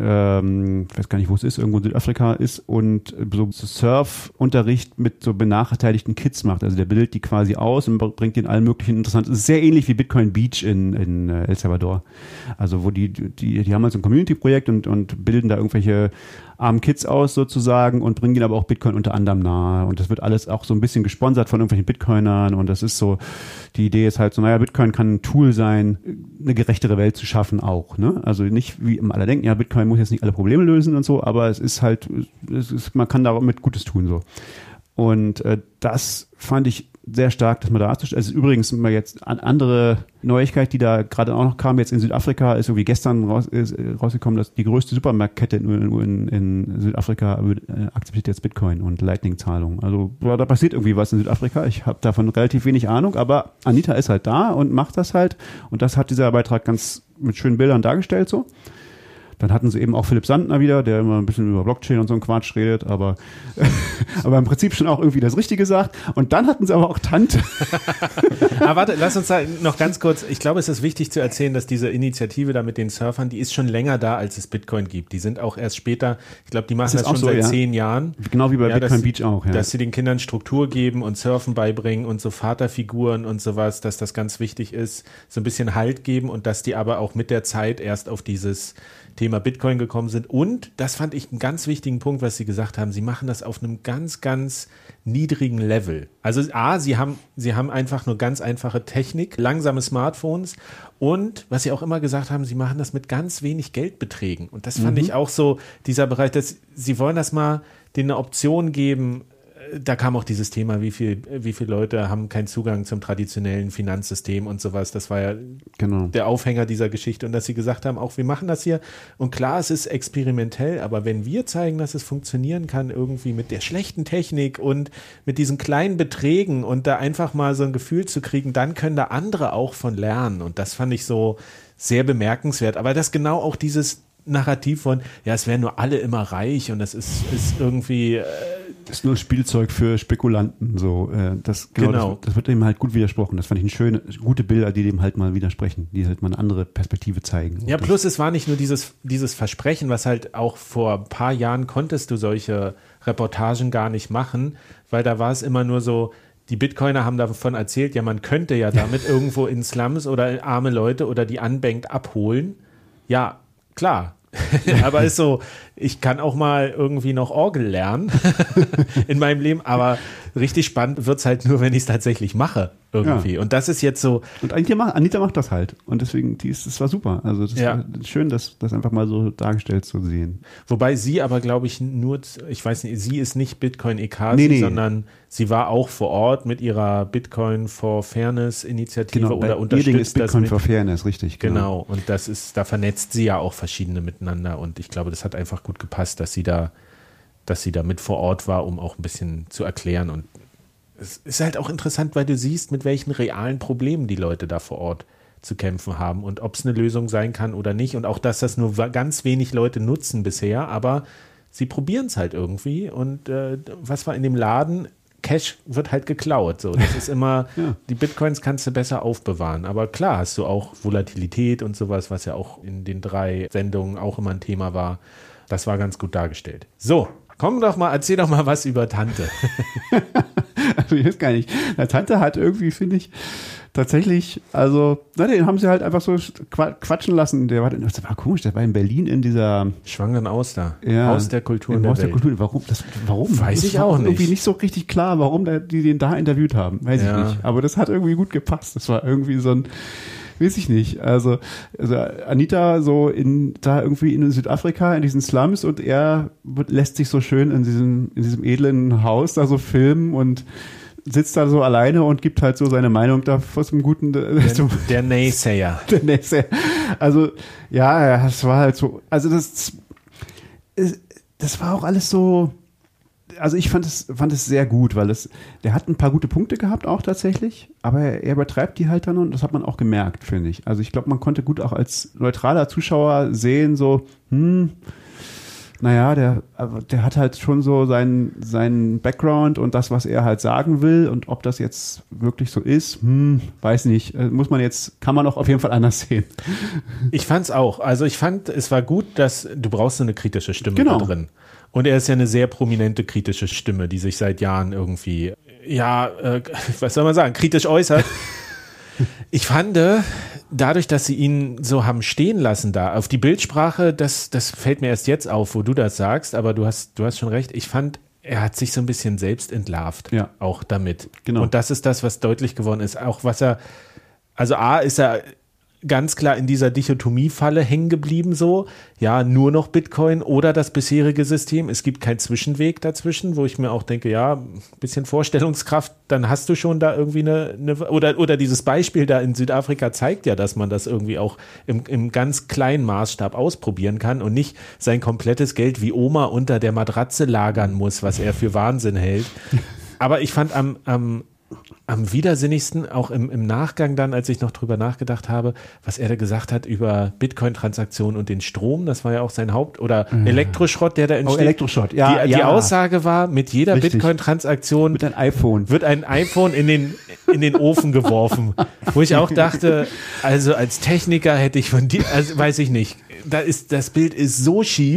weiß gar nicht, wo es ist, irgendwo in Südafrika ist und so Surf-Unterricht mit so benachteiligten Kids macht. Also der bildet die quasi aus und bringt den allen möglichen interessanten. Es ist sehr ähnlich wie Bitcoin Beach in El Salvador. Also wo die haben halt so ein Community-Projekt und bilden da irgendwelche armen Kids aus sozusagen und bringen ihnen aber auch Bitcoin unter anderem nahe. Und das wird alles auch so ein bisschen gesponsert von irgendwelchen Bitcoinern und das ist so, die Idee ist halt so, naja, Bitcoin kann ein Tool sein, eine gerechtere Welt zu schaffen auch, ne? Also nicht, wie immer alle denken, ja, Bitcoin muss jetzt nicht alle Probleme lösen und so, aber es ist halt, man kann damit Gutes tun, so. Und das fand ich sehr stark, dass man da darzustellen. Also übrigens mal jetzt andere Neuigkeit, die da gerade auch noch kam, jetzt in Südafrika, ist irgendwie gestern rausgekommen, dass die größte Supermarktkette in Südafrika akzeptiert jetzt Bitcoin und Lightning-Zahlungen. Also da passiert irgendwie was in Südafrika. Ich habe davon relativ wenig Ahnung, aber Anita ist halt da und macht das halt. Und das hat dieser Beitrag ganz mit schönen Bildern dargestellt so. Dann hatten sie eben auch Philipp Sandner wieder, der immer ein bisschen über Blockchain und so einen Quatsch redet, aber im Prinzip schon auch irgendwie das Richtige sagt. Und dann hatten sie aber auch Tante. Aber warte, lass uns da noch ganz kurz, ich glaube, es ist wichtig zu erzählen, dass diese Initiative da mit den Surfern, die ist schon länger da, als es Bitcoin gibt. Die sind auch erst später, ich glaube, die machen das schon so, seit ja. 10 Jahren. Genau wie bei Bitcoin Beach auch, ja. Dass sie den Kindern Struktur geben und Surfen beibringen und so Vaterfiguren und sowas, dass das ganz wichtig ist, so ein bisschen Halt geben und dass die aber auch mit der Zeit erst auf dieses Thema Thema Bitcoin gekommen sind. Und das fand ich einen ganz wichtigen Punkt, was Sie gesagt haben. Sie machen das auf einem ganz, ganz niedrigen Level. Also Sie haben einfach nur ganz einfache Technik, langsame Smartphones und was Sie auch immer gesagt haben, Sie machen das mit ganz wenig Geldbeträgen. Und das fand ich auch so, dieser Bereich, dass Sie wollen das mal denen eine Option geben. Da kam auch dieses Thema, wie viele Leute haben keinen Zugang zum traditionellen Finanzsystem und sowas. Das war ja der Aufhänger dieser Geschichte. Und dass sie gesagt haben, auch wir machen das hier. Und klar, es ist experimentell, aber wenn wir zeigen, dass es funktionieren kann, irgendwie mit der schlechten Technik und mit diesen kleinen Beträgen und da einfach mal so ein Gefühl zu kriegen, dann können da andere auch von lernen. Und das fand ich so sehr bemerkenswert. Aber das genau auch dieses Narrativ von, ja, es wären nur alle immer reich und das ist irgendwie das ist nur Spielzeug für Spekulanten. So, das wird dem halt gut widersprochen. Das fand ich gute Bilder, die dem halt mal widersprechen, die halt mal eine andere Perspektive zeigen. Ja, plus es war nicht nur dieses Versprechen, was halt auch vor ein paar Jahren konntest du solche Reportagen gar nicht machen, weil da war es immer nur so, die Bitcoiner haben davon erzählt, ja, man könnte ja damit irgendwo in Slums oder arme Leute oder die unbanked abholen. Ja, klar. Aber ist so, ich kann auch mal irgendwie noch Orgel lernen in meinem Leben, aber richtig spannend wird es halt nur, wenn ich es tatsächlich mache irgendwie. Ja. Und das ist jetzt so. Und Anita macht das halt. Und deswegen, das war super. Also das war schön, das einfach mal so dargestellt zu sehen. Wobei sie aber, glaube ich, ich weiß nicht, sie ist nicht Bitcoin Ekasi, sondern sie war auch vor Ort mit ihrer Bitcoin for Fairness Initiative oder unterstützt ist Bitcoin for Fairness, richtig. Genau. Und da vernetzt sie ja auch verschiedene miteinander. Und ich glaube, das hat einfach gut gepasst, dass sie da mit vor Ort war, um auch ein bisschen zu erklären. Und es ist halt auch interessant, weil du siehst, mit welchen realen Problemen die Leute da vor Ort zu kämpfen haben und ob es eine Lösung sein kann oder nicht. Und auch, dass das nur ganz wenig Leute nutzen bisher, aber sie probieren es halt irgendwie. Und was war in dem Laden? Cash wird halt geklaut. So. Das ist immer, die Bitcoins kannst du besser aufbewahren. Aber klar hast du auch Volatilität und sowas, was ja auch in den 3 Sendungen auch immer ein Thema war. Das war ganz gut dargestellt. So, erzähl doch mal was über Tante. Also ich weiß gar nicht. Na, Tante hat irgendwie, finde ich, tatsächlich, den haben sie halt einfach so quatschen lassen. Das war komisch, der war in Berlin in dieser Schwangeren Auster. Haus der Kultur in der Welt. Kultur. Warum? Weiß ich auch nicht. Irgendwie nicht so richtig klar, warum die den da interviewt haben. Weiß ich nicht. Aber das hat irgendwie gut gepasst. Das war irgendwie so ein, weiß ich nicht. Also Anita da irgendwie in Südafrika, in diesen Slums und er lässt sich so schön in diesem edlen Haus da so filmen und sitzt da so alleine und gibt halt so seine Meinung da vor so einem guten... Der Naysayer. Der Naysayer. Also, ja, das war halt so... Also das war auch alles so... Also ich fand es sehr gut, weil der hat ein paar gute Punkte gehabt auch tatsächlich, aber er übertreibt die halt dann und das hat man auch gemerkt, finde ich. Also ich glaube, man konnte gut auch als neutraler Zuschauer sehen, so, naja, der hat halt schon so seinen Background und das, was er halt sagen will und ob das jetzt wirklich so ist, weiß nicht, kann man auch auf jeden Fall anders sehen. Ich fand's auch. Also ich fand, es war gut, dass du brauchst so eine kritische Stimme da drin. Und er ist ja eine sehr prominente kritische Stimme, die sich seit Jahren irgendwie, was soll man sagen, kritisch äußert. Ich fand, dadurch, dass sie ihn so haben stehen lassen da, auf die Bildsprache, das fällt mir erst jetzt auf, wo du das sagst, aber du hast schon recht, ich fand, er hat sich so ein bisschen selbst entlarvt, auch damit. Genau. Und das ist das, was deutlich geworden ist. Auch was ist er ganz klar in dieser Dichotomie-Falle hängen geblieben so, ja, nur noch Bitcoin oder das bisherige System. Es gibt keinen Zwischenweg dazwischen, wo ich mir auch denke, ja, ein bisschen Vorstellungskraft, dann hast du schon da irgendwie oder dieses Beispiel da in Südafrika zeigt ja, dass man das irgendwie auch im ganz kleinen Maßstab ausprobieren kann und nicht sein komplettes Geld wie Oma unter der Matratze lagern muss, was er für Wahnsinn hält. Aber ich fand am widersinnigsten, auch im Nachgang dann, als ich noch drüber nachgedacht habe, was er da gesagt hat über Bitcoin-Transaktionen und den Strom, das war ja auch sein Elektroschrott, der da entsteht. Elektroschrott, Die Aussage war, mit jeder Bitcoin-Transaktion wird ein iPhone in den Ofen geworfen. Wo ich auch dachte, also als Techniker hätte ich von dir, also weiß ich nicht, das Bild ist so schief,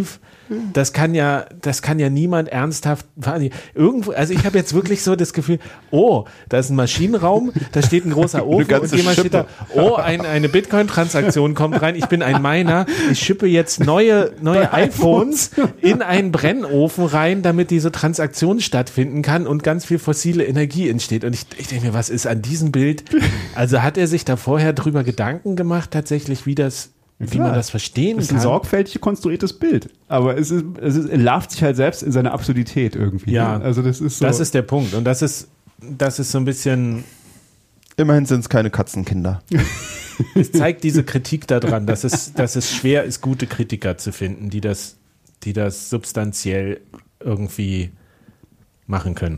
das kann ja niemand ernsthaft irgendwo, also ich habe jetzt wirklich so das Gefühl, oh, da ist ein Maschinenraum, da steht ein großer Ofen und jemand steht da, oh, eine Bitcoin-Transaktion kommt rein, ich bin ein Miner, ich schippe jetzt neue iPhones in einen Brennofen rein, damit diese Transaktion stattfinden kann und ganz viel fossile Energie entsteht. Und ich denke mir, was ist an diesem Bild? Also hat er sich da vorher drüber Gedanken gemacht, tatsächlich, wie man das verstehen kann? Das ist ein sorgfältig konstruiertes Bild. Aber es entlarvt sich halt selbst in seiner Absurdität irgendwie. Ja, also das ist so. Das ist der Punkt. Und das ist so ein bisschen. Immerhin sind es keine Katzenkinder. Es zeigt diese Kritik daran, dass es schwer ist, gute Kritiker zu finden, die das substanziell irgendwie machen können.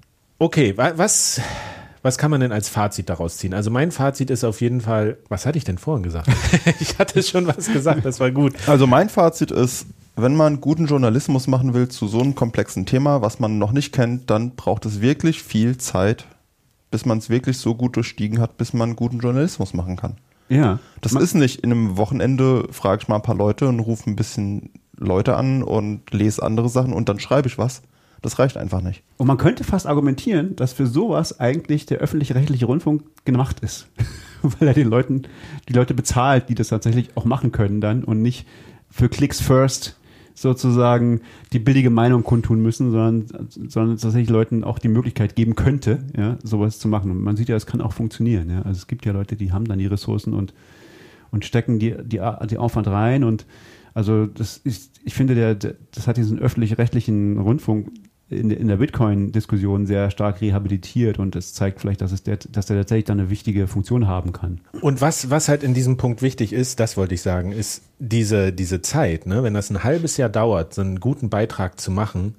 Okay, was kann man denn als Fazit daraus ziehen? Also mein Fazit ist auf jeden Fall, was hatte ich denn vorhin gesagt? Ich hatte schon was gesagt, das war gut. Also mein Fazit ist, wenn man guten Journalismus machen will zu so einem komplexen Thema, was man noch nicht kennt, dann braucht es wirklich viel Zeit, bis man es wirklich so gut durchstiegen hat, bis man guten Journalismus machen kann. Ja. Das ist nicht in einem Wochenende, frage ich mal ein paar Leute und rufe ein bisschen Leute an und lese andere Sachen und dann schreibe ich was. Das reicht einfach nicht. Und man könnte fast argumentieren, dass für sowas eigentlich der öffentlich-rechtliche Rundfunk gemacht ist. Weil er die Leute bezahlt, die das tatsächlich auch machen können dann und nicht für Clicks first sozusagen die billige Meinung kundtun müssen, sondern tatsächlich Leuten auch die Möglichkeit geben könnte, ja, sowas zu machen. Und man sieht ja, es kann auch funktionieren. Ja. Also es gibt ja Leute, die haben dann die Ressourcen und stecken die Aufwand rein. Und also ich finde, das hat diesen öffentlich-rechtlichen Rundfunk in der Bitcoin-Diskussion sehr stark rehabilitiert und es zeigt vielleicht, dass der tatsächlich dann eine wichtige Funktion haben kann. Und was halt in diesem Punkt wichtig ist, das wollte ich sagen, ist diese Zeit, ne? Wenn das ein halbes Jahr dauert, so einen guten Beitrag zu machen,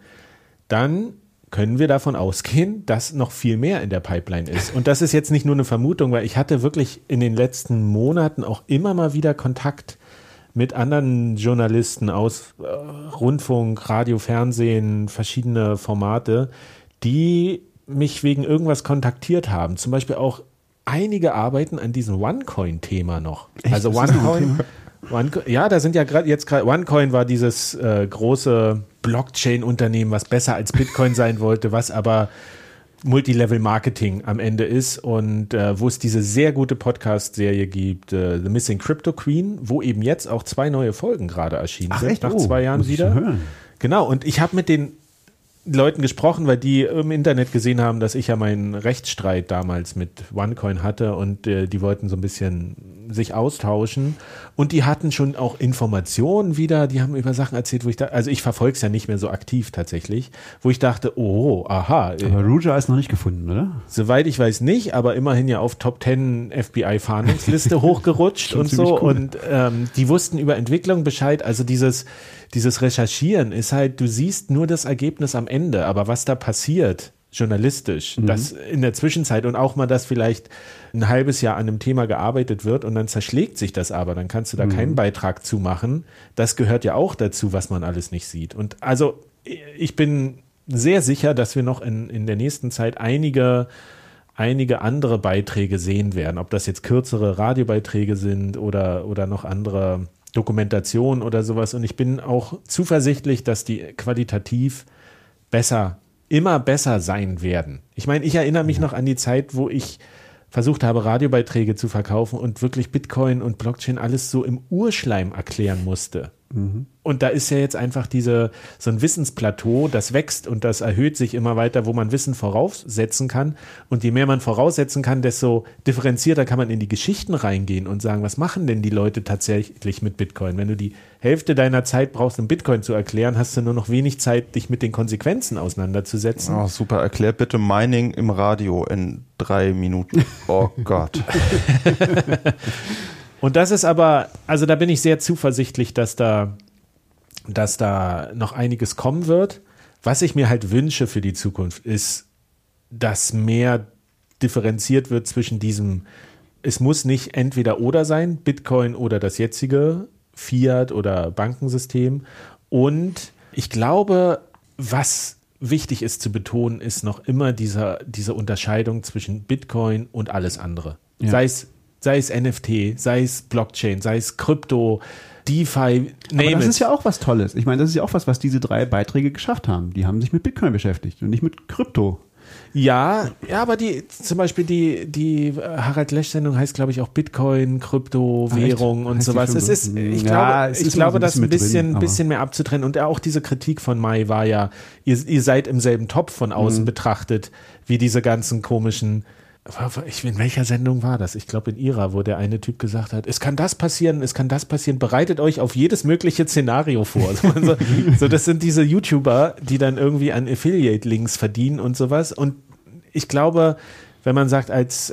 dann können wir davon ausgehen, dass noch viel mehr in der Pipeline ist. Und das ist jetzt nicht nur eine Vermutung, weil ich hatte wirklich in den letzten Monaten auch immer mal wieder Kontakt mit anderen Journalisten aus Rundfunk, Radio, Fernsehen, verschiedene Formate, die mich wegen irgendwas kontaktiert haben. Zum Beispiel auch einige arbeiten an diesem OneCoin-Thema noch. Echt? Also ja, da sind ja gerade OneCoin war dieses große Blockchain-Unternehmen, was besser als Bitcoin sein wollte, was aber Multilevel-Marketing am Ende ist und wo es diese sehr gute Podcast-Serie gibt, The Missing Crypto Queen, wo eben jetzt auch 2 neue Folgen gerade erschienen sind, echt? nach 2 Jahren wieder. Genau, und ich habe mit den Leuten gesprochen, weil die im Internet gesehen haben, dass ich ja meinen Rechtsstreit damals mit OneCoin hatte und die wollten so ein bisschen sich austauschen und die hatten schon auch Informationen wieder, die haben über Sachen erzählt, wo ich verfolge es ja nicht mehr so aktiv tatsächlich, wo ich dachte, oh, aha. Aber Ruja ist noch nicht gefunden, oder? Soweit ich weiß nicht, aber immerhin ja auf Top 10 FBI-Fahndungsliste hochgerutscht und so cool. Und die wussten über Entwicklung Bescheid, also dieses Recherchieren ist halt, du siehst nur das Ergebnis am Ende, aber was da passiert, journalistisch, das in der Zwischenzeit und auch mal, dass vielleicht ein halbes Jahr an einem Thema gearbeitet wird und dann zerschlägt sich das aber, dann kannst du da keinen Beitrag zu machen. Das gehört ja auch dazu, was man alles nicht sieht. Und also ich bin sehr sicher, dass wir noch in der nächsten Zeit einige andere Beiträge sehen werden, ob das jetzt kürzere Radiobeiträge sind oder noch andere Dokumentation oder sowas. Und ich bin auch zuversichtlich, dass die qualitativ immer besser sein werden. Ich meine, ich erinnere mich noch an die Zeit, wo ich versucht habe, Radiobeiträge zu verkaufen und wirklich Bitcoin und Blockchain alles so im Urschleim erklären musste. Und da ist ja jetzt einfach so ein Wissensplateau, das wächst und das erhöht sich immer weiter, wo man Wissen voraussetzen kann. Und je mehr man voraussetzen kann, desto differenzierter kann man in die Geschichten reingehen und sagen, was machen denn die Leute tatsächlich mit Bitcoin? Wenn du die Hälfte deiner Zeit brauchst, um Bitcoin zu erklären, hast du nur noch wenig Zeit, dich mit den Konsequenzen auseinanderzusetzen. Oh, super. Erklär bitte Mining im Radio in 3 Minuten. Oh Gott. Und das ist aber, also da bin ich sehr zuversichtlich, dass da noch einiges kommen wird. Was ich mir halt wünsche für die Zukunft ist, dass mehr differenziert wird zwischen diesem, es muss nicht entweder oder sein, Bitcoin oder das jetzige Fiat- oder Bankensystem. Und ich glaube, was wichtig ist zu betonen, ist noch immer diese Unterscheidung zwischen Bitcoin und alles andere. Ja. Sei es NFT, sei es Blockchain, sei es Krypto, DeFi, Aber das ist ja auch was Tolles. Ich meine, das ist ja auch was diese 3 Beiträge geschafft haben. Die haben sich mit Bitcoin beschäftigt und nicht mit Krypto. Ja, aber zum Beispiel die Harald Lesch-Sendung heißt, glaube ich, auch Bitcoin, Krypto, Währung und sowas. Es ist, ich glaube, das ein bisschen mehr abzutrennen. Und auch diese Kritik von Mai war ja, ihr seid im selben Topf von außen betrachtet, wie diese ganzen komischen. In welcher Sendung war das? Ich glaube in ihrer, wo der eine Typ gesagt hat, es kann das passieren, bereitet euch auf jedes mögliche Szenario vor. So, das sind diese YouTuber, die dann irgendwie an Affiliate-Links verdienen und sowas. Und ich glaube, wenn man sagt, als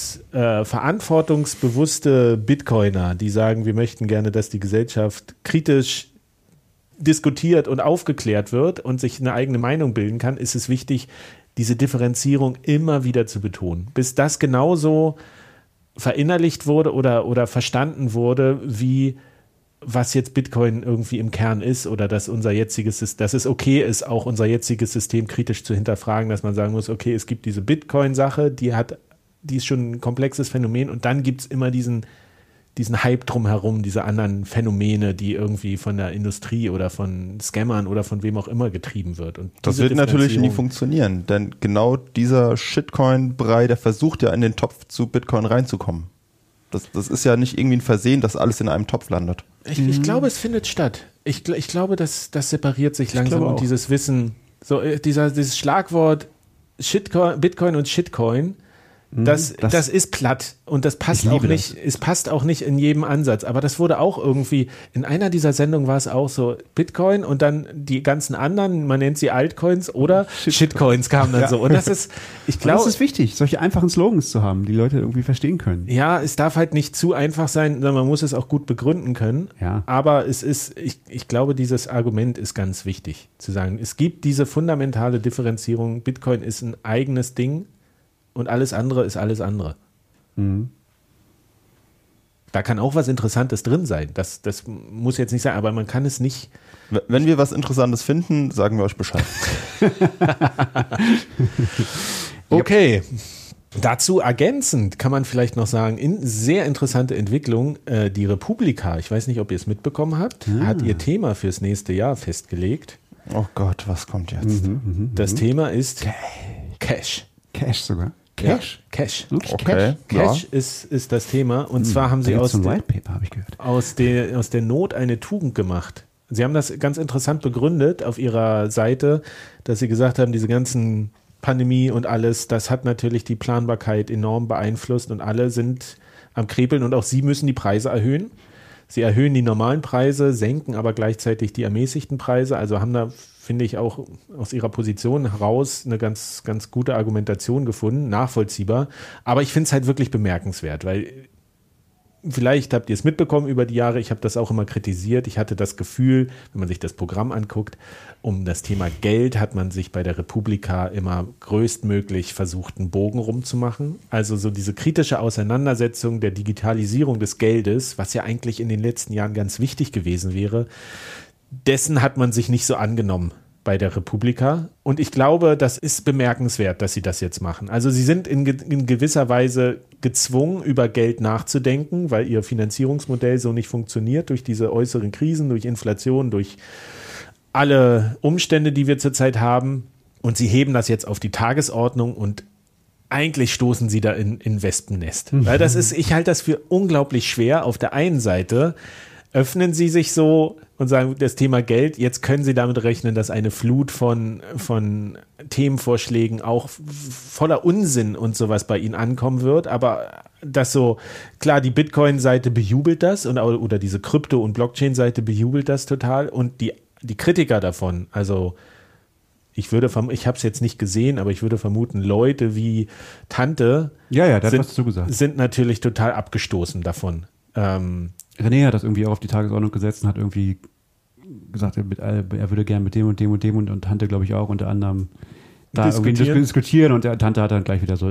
verantwortungsbewusste Bitcoiner, die sagen, wir möchten gerne, dass die Gesellschaft kritisch diskutiert und aufgeklärt wird und sich eine eigene Meinung bilden kann, ist es wichtig, diese Differenzierung immer wieder zu betonen, bis das genauso verinnerlicht wurde oder verstanden wurde, wie was jetzt Bitcoin irgendwie im Kern ist oder dass dass es okay ist, auch unser jetziges System kritisch zu hinterfragen, dass man sagen muss, okay, es gibt diese Bitcoin-Sache, die ist schon ein komplexes Phänomen und dann gibt es immer diesen Hype drumherum, diese anderen Phänomene, die irgendwie von der Industrie oder von Scammern oder von wem auch immer getrieben wird. Und das wird natürlich nie funktionieren, denn genau dieser Shitcoin-Brei, der versucht ja in den Topf zu Bitcoin reinzukommen. Das ist ja nicht irgendwie ein Versehen, dass alles in einem Topf landet. Ich glaube, es findet statt. Ich glaube, das separiert sich langsam und dieses Wissen, so dieses Schlagwort Bitcoin und Shitcoin, das ist platt und das passt auch nicht. Es passt auch nicht in jedem Ansatz. Aber das wurde auch irgendwie, in einer dieser Sendungen war es auch so, Bitcoin und dann die ganzen anderen, man nennt sie Altcoins oder Shitcoins kamen dann so. Und das ist, ich glaube. Das ist wichtig, solche einfachen Slogans zu haben, die Leute irgendwie verstehen können. Ja, es darf halt nicht zu einfach sein, sondern man muss es auch gut begründen können. Ja. Aber ich glaube, dieses Argument ist ganz wichtig, zu sagen, es gibt diese fundamentale Differenzierung, Bitcoin ist ein eigenes Ding, und alles andere ist alles andere. Mhm. Da kann auch was Interessantes drin sein. Das muss jetzt nicht sein, aber man kann es nicht. Wenn wir was Interessantes finden, sagen wir euch Bescheid. Okay. Dazu ergänzend kann man vielleicht noch sagen, sehr interessante Entwicklung, die Republika, ich weiß nicht, ob ihr es mitbekommen habt, hat ihr Thema fürs nächste Jahr festgelegt. Oh Gott, was kommt jetzt? Das Thema ist Cash. Cash sogar. Cash? Ja, Cash. Okay. Cash ist das Thema. Und zwar haben sie aus der Not eine Tugend gemacht. Sie haben das ganz interessant begründet auf ihrer Seite, dass sie gesagt haben, diese ganzen Pandemie und alles, das hat natürlich die Planbarkeit enorm beeinflusst und alle sind am Krepeln und auch sie müssen die Preise erhöhen. Sie erhöhen die normalen Preise, senken aber gleichzeitig die ermäßigten Preise, also haben da, finde ich, auch aus ihrer Position heraus eine ganz, ganz gute Argumentation gefunden, nachvollziehbar. Aber ich finde es halt wirklich bemerkenswert, weil vielleicht habt ihr es mitbekommen über die Jahre, ich habe das auch immer kritisiert. Ich hatte das Gefühl, wenn man sich das Programm anguckt, um das Thema Geld hat man sich bei der Republika immer größtmöglich versucht, einen Bogen rumzumachen. Also so diese kritische Auseinandersetzung der Digitalisierung des Geldes, was ja eigentlich in den letzten Jahren ganz wichtig gewesen wäre, dessen hat man sich nicht so angenommen bei der Republika. Und ich glaube, das ist bemerkenswert, dass sie das jetzt machen. Also sie sind in gewisser Weise gezwungen, über Geld nachzudenken, weil ihr Finanzierungsmodell so nicht funktioniert durch diese äußeren Krisen, durch Inflation, durch alle Umstände, die wir zurzeit haben. Und sie heben das jetzt auf die Tagesordnung und eigentlich stoßen sie da in Wespennest. Weil ich halte das für unglaublich schwer. Auf der einen Seite öffnen sie sich so und sagen, das Thema Geld, jetzt können sie damit rechnen, dass eine Flut von Themenvorschlägen auch voller Unsinn und sowas bei ihnen ankommen wird, aber das so, klar, die Bitcoin-Seite bejubelt das oder diese Krypto- und Blockchain-Seite bejubelt das total und die Kritiker davon, also ich habe es jetzt nicht gesehen, aber ich würde vermuten, Leute wie Tante sind natürlich total abgestoßen davon. René hat das irgendwie auch auf die Tagesordnung gesetzt und hat irgendwie gesagt, er würde gerne mit dem und dem und dem und Tante, glaube ich, auch unter anderem da irgendwie diskutieren und der Tante hat dann gleich wieder so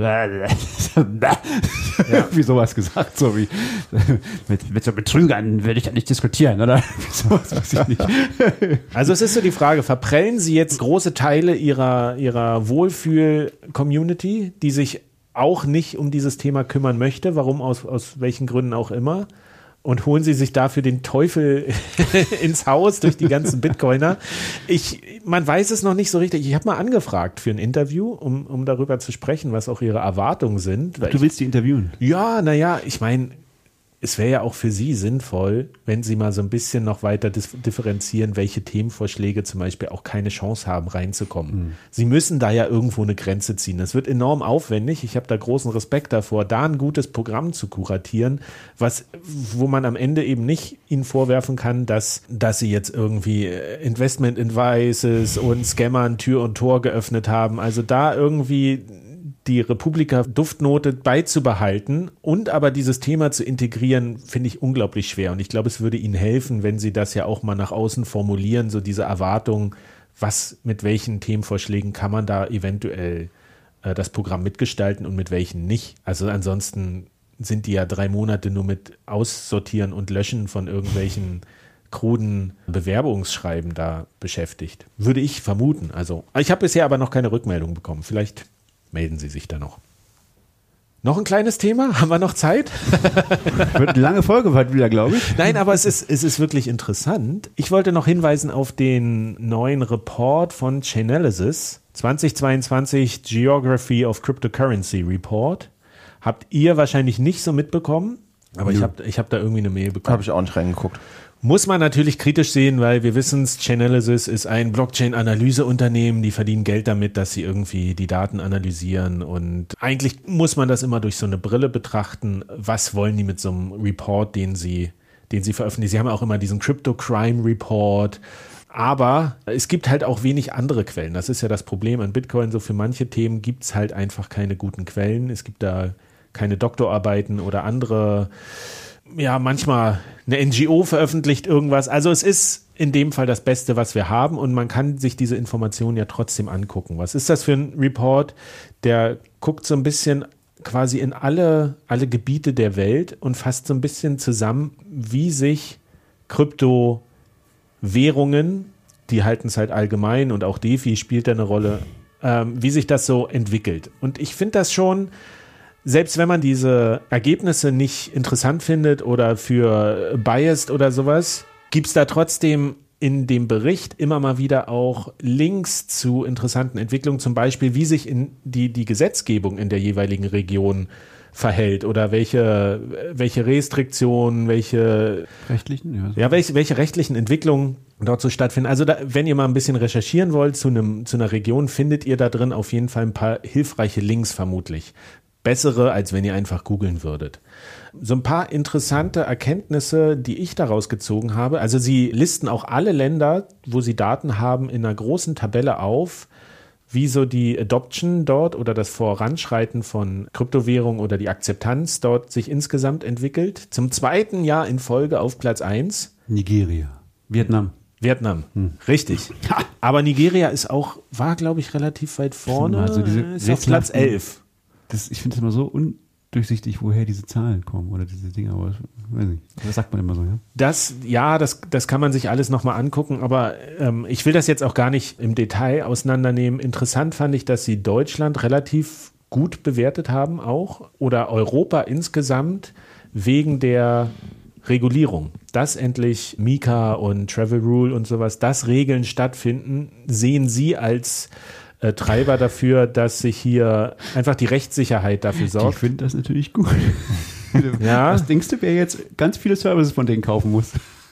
irgendwie sowas gesagt, so wie mit so Betrügern würde ich ja nicht diskutieren, oder? Sowas weiß ich nicht. Also es ist so die Frage, verprellen Sie jetzt große Teile ihrer Wohlfühl-Community, die sich auch nicht um dieses Thema kümmern möchte, warum aus welchen Gründen auch immer, und holen sie sich dafür den Teufel ins Haus durch die ganzen Bitcoiner. Man weiß es noch nicht so richtig. Ich habe mal angefragt für ein Interview, um darüber zu sprechen, was auch ihre Erwartungen sind. Du willst die interviewen? Ja, naja, ich meine, es wäre ja auch für Sie sinnvoll, wenn Sie mal so ein bisschen noch weiter differenzieren, welche Themenvorschläge zum Beispiel auch keine Chance haben, reinzukommen. Sie müssen da ja irgendwo eine Grenze ziehen. Das wird enorm aufwendig. Ich habe da großen Respekt davor, da ein gutes Programm zu kuratieren, wo man am Ende eben nicht Ihnen vorwerfen kann, dass Sie jetzt irgendwie Investment Advices und Scammern Tür und Tor geöffnet haben. Also da irgendwie die Republika-Duftnote beizubehalten und aber dieses Thema zu integrieren, finde ich unglaublich schwer. Und ich glaube, es würde Ihnen helfen, wenn Sie das ja auch mal nach außen formulieren, so diese Erwartung, mit welchen Themenvorschlägen kann man da eventuell das Programm mitgestalten und mit welchen nicht. Also ansonsten sind die ja 3 Monate nur mit Aussortieren und Löschen von irgendwelchen kruden Bewerbungsschreiben da beschäftigt. Würde ich vermuten. Also ich habe bisher aber noch keine Rückmeldung bekommen. Vielleicht melden Sie sich da noch. Noch ein kleines Thema? Haben wir noch Zeit? Wird eine lange Folge heute wieder, glaube ich. Nein, aber es ist wirklich interessant. Ich wollte noch hinweisen auf den neuen Report von Chainalysis, 2022 Geography of Cryptocurrency Report. Habt ihr wahrscheinlich nicht so mitbekommen, aber ich hab da irgendwie eine Mail bekommen. Habe ich auch nicht reingeguckt. Muss man natürlich kritisch sehen, weil wir wissen es, Chainalysis ist ein Blockchain-Analyseunternehmen, die verdienen Geld damit, dass sie irgendwie die Daten analysieren und eigentlich muss man das immer durch so eine Brille betrachten. Was wollen die mit so einem Report, den sie veröffentlichen? Sie haben auch immer diesen Crypto Crime Report, aber es gibt halt auch wenig andere Quellen. Das ist ja das Problem an Bitcoin. So für manche Themen gibt es halt einfach keine guten Quellen. Es gibt da keine Doktorarbeiten oder andere. Ja, manchmal eine NGO veröffentlicht irgendwas. Also es ist in dem Fall das Beste, was wir haben und man kann sich diese Informationen ja trotzdem angucken. Was ist das für ein Report? Der guckt so ein bisschen quasi in alle Gebiete der Welt und fasst so ein bisschen zusammen, wie sich Kryptowährungen, die halten es halt allgemein und auch DeFi spielt da eine Rolle, wie sich das so entwickelt. Und ich finde das schon, selbst wenn man diese Ergebnisse nicht interessant findet oder für biased oder sowas, gibt es da trotzdem in dem Bericht immer mal wieder auch Links zu interessanten Entwicklungen, zum Beispiel, wie sich die Gesetzgebung in der jeweiligen Region verhält oder welche Restriktionen, welche rechtlichen Entwicklungen dort so stattfinden. Also wenn ihr mal ein bisschen recherchieren wollt zu einer Region, findet ihr da drin auf jeden Fall ein paar hilfreiche Links vermutlich. Bessere, als wenn ihr einfach googeln würdet. So ein paar interessante Erkenntnisse, die ich daraus gezogen habe. Also sie listen auch alle Länder, wo sie Daten haben, in einer großen Tabelle auf, wie so die Adoption dort oder das Voranschreiten von Kryptowährungen oder die Akzeptanz dort sich insgesamt entwickelt. Zum 2. Jahr in Folge auf Platz 1. Nigeria. Vietnam. Richtig. Aber Nigeria war glaube ich relativ weit vorne. Also ist auf Platz 11. Ich finde es immer so undurchsichtig, woher diese Zahlen kommen oder diese Dinge, aber weiß nicht. Das sagt man immer so, ja? Das kann man sich alles nochmal angucken, aber ich will das jetzt auch gar nicht im Detail auseinandernehmen. Interessant fand ich, dass sie Deutschland relativ gut bewertet haben auch oder Europa insgesamt wegen der Regulierung. Dass endlich Mika und Travel Rule und sowas, dass Regeln stattfinden, sehen sie als Treiber dafür, dass sich hier einfach die Rechtssicherheit dafür sorgt. Ich finde das natürlich gut. Ja. Was denkst du, wer jetzt ganz viele Services von denen kaufen muss?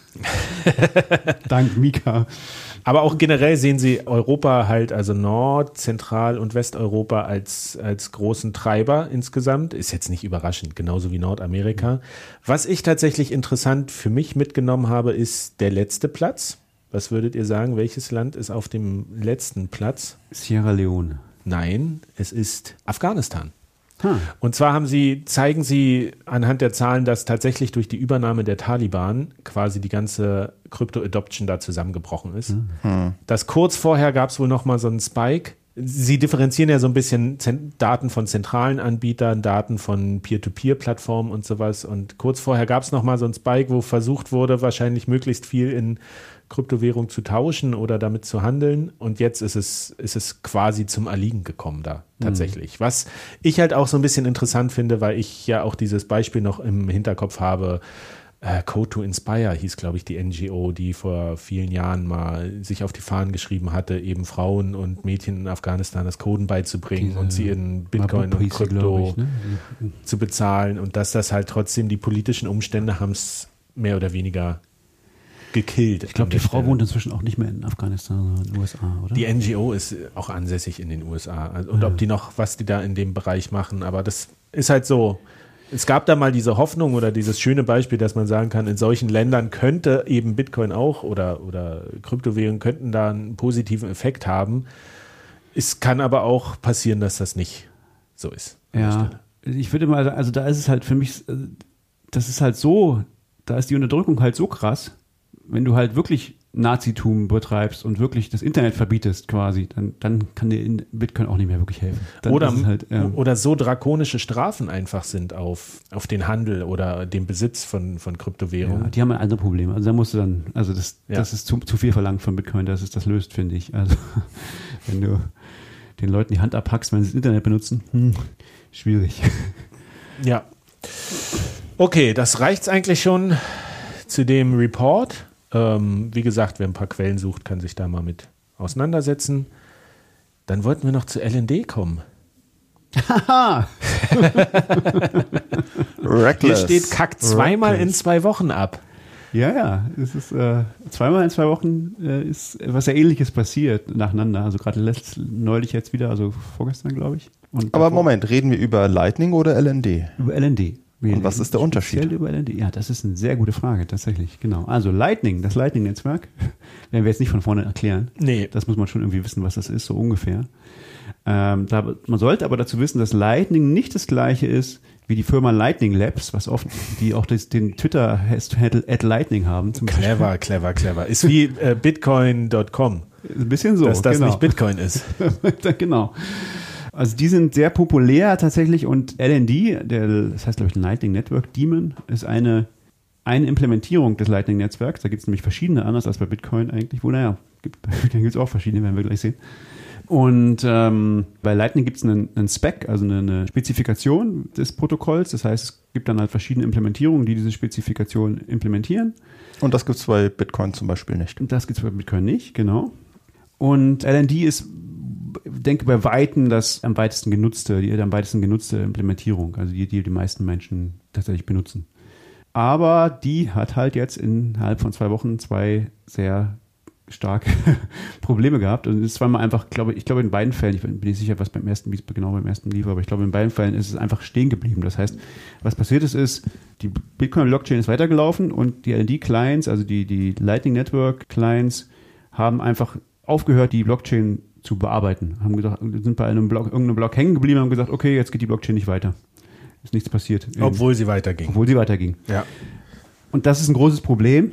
Dank Mika. Aber auch generell sehen sie Europa halt, also Nord-, Zentral- und Westeuropa als großen Treiber insgesamt. Ist jetzt nicht überraschend, genauso wie Nordamerika. Was ich tatsächlich interessant für mich mitgenommen habe, ist der letzte Platz. Was würdet ihr sagen, welches Land ist auf dem letzten Platz? Sierra Leone. Nein, es ist Afghanistan. Und zwar zeigen sie anhand der Zahlen, dass tatsächlich durch die Übernahme der Taliban quasi die ganze Krypto-Adoption da zusammengebrochen ist. Das kurz vorher gab es wohl noch mal so einen Spike. Sie differenzieren ja so ein bisschen Daten von zentralen Anbietern, Daten von Peer-to-Peer-Plattformen und sowas. Und kurz vorher gab es noch mal so einen Spike, wo versucht wurde, wahrscheinlich möglichst viel in Kryptowährung zu tauschen oder damit zu handeln. Und jetzt ist es quasi zum Erliegen gekommen da tatsächlich. Was ich halt auch so ein bisschen interessant finde, weil ich ja auch dieses Beispiel noch im Hinterkopf habe, Code to Inspire hieß, glaube ich, die NGO, die vor vielen Jahren mal sich auf die Fahnen geschrieben hatte, eben Frauen und Mädchen in Afghanistan das Coden beizubringen und sie in Bitcoin und Krypto zu bezahlen und dass das halt trotzdem die politischen Umstände haben es mehr oder weniger gekillt. Ich glaube, die Frau wohnt inzwischen auch nicht mehr in Afghanistan, sondern in den USA, oder? Die NGO ist auch ansässig in den USA. Und ob die noch, was die da in dem Bereich machen, aber das ist halt so. Es gab da mal diese Hoffnung oder dieses schöne Beispiel, dass man sagen kann, in solchen Ländern könnte eben Bitcoin auch oder Kryptowährungen könnten da einen positiven Effekt haben. Es kann aber auch passieren, dass das nicht so ist. Ja, ich würde mal sagen, also da ist es halt für mich, das ist halt so, da ist die Unterdrückung halt so krass, wenn du halt wirklich Nazitum betreibst und wirklich das Internet verbietest quasi, dann kann dir in Bitcoin auch nicht mehr wirklich helfen. Dann oder so drakonische Strafen einfach sind auf den Handel oder den Besitz von Kryptowährungen. Ja, die haben andere Probleme. Also da musst du dann, also das ist zu viel verlangt von Bitcoin, dass es das löst, finde ich. Also wenn du den Leuten die Hand abhackst, wenn sie das Internet benutzen, schwierig. Ja. Okay, das reicht's eigentlich schon zu dem Report. Wie gesagt, wer ein paar Quellen sucht, kann sich da mal mit auseinandersetzen. Dann wollten wir noch zu LND kommen. Haha! Hier steht Kack zweimal in 2 Wochen ab. Ja, es ist zweimal in 2 Wochen ist was ja Ähnliches passiert nacheinander. Also gerade neulich jetzt wieder, also vorgestern, glaube ich. Aber Moment, reden wir über Lightning oder LND? Über LND. Und was ist der Unterschied? Über LND. Ja, das ist eine sehr gute Frage, tatsächlich, genau. Also Lightning, das Lightning-Netzwerk, werden wir jetzt nicht von vorne erklären. Nee. Das muss man schon irgendwie wissen, was das ist, so ungefähr. Man sollte aber dazu wissen, dass Lightning nicht das gleiche ist wie die Firma Lightning Labs, was oft, die auch den Twitter-Handle @Lightning haben. Zum Clever. Ist wie Bitcoin.com. Ein bisschen so, dass das nicht Bitcoin ist. Genau. Also die sind sehr populär tatsächlich und LND, das heißt glaube ich Lightning Network Daemon, ist eine Implementierung des Lightning Netzwerks. Da gibt es nämlich verschiedene, anders als bei Bitcoin eigentlich. Bei Bitcoin gibt es auch verschiedene, werden wir gleich sehen. Und bei Lightning gibt es einen Spec, also eine Spezifikation des Protokolls. Das heißt, es gibt dann halt verschiedene Implementierungen, die diese Spezifikation implementieren. Und das gibt es bei Bitcoin zum Beispiel nicht. Und das gibt es bei Bitcoin nicht, genau. Und LND ist, denke bei Weitem die am weitesten genutzte Implementierung, also die meisten Menschen tatsächlich benutzen. Aber die hat halt jetzt innerhalb von 2 Wochen 2 sehr starke Probleme gehabt und ist zweimal einfach, ich glaube in beiden Fällen, ich bin nicht sicher, was beim ersten lief, aber ich glaube in beiden Fällen ist es einfach stehen geblieben. Das heißt, was passiert ist, die Bitcoin-Blockchain ist weitergelaufen und die LND-Clients, also die Lightning Network-Clients, haben einfach aufgehört, die Blockchain zu bearbeiten. Sind bei irgendeinem Block hängen geblieben und haben gesagt, okay, jetzt geht die Blockchain nicht weiter. Ist nichts passiert. Obwohl sie weiterging. Ja. Und das ist ein großes Problem,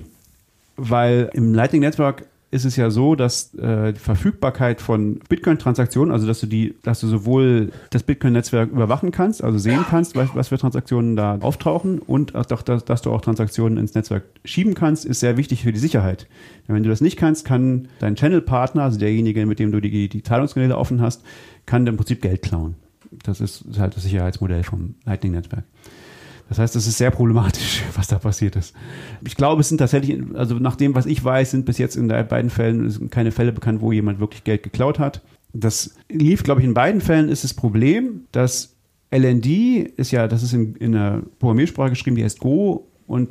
weil im Lightning Network ist es ja so, dass die Verfügbarkeit von Bitcoin-Transaktionen, also dass du sowohl das Bitcoin-Netzwerk überwachen kannst, also sehen kannst, was für Transaktionen da auftauchen und auch, dass du auch Transaktionen ins Netzwerk schieben kannst, ist sehr wichtig für die Sicherheit. Wenn du das nicht kannst, kann dein Channel-Partner, also derjenige, mit dem du die Zahlungskanäle offen hast, kann im Prinzip Geld klauen. Das ist halt das Sicherheitsmodell vom Lightning-Netzwerk. Das heißt, es ist sehr problematisch, was da passiert ist. Ich glaube, es sind tatsächlich, also nach dem, was ich weiß, sind bis jetzt in beiden Fällen keine Fälle bekannt, wo jemand wirklich Geld geklaut hat. Das lief, glaube ich, in beiden Fällen ist das Problem, dass LND das ist in einer Programmiersprache geschrieben, die heißt Go und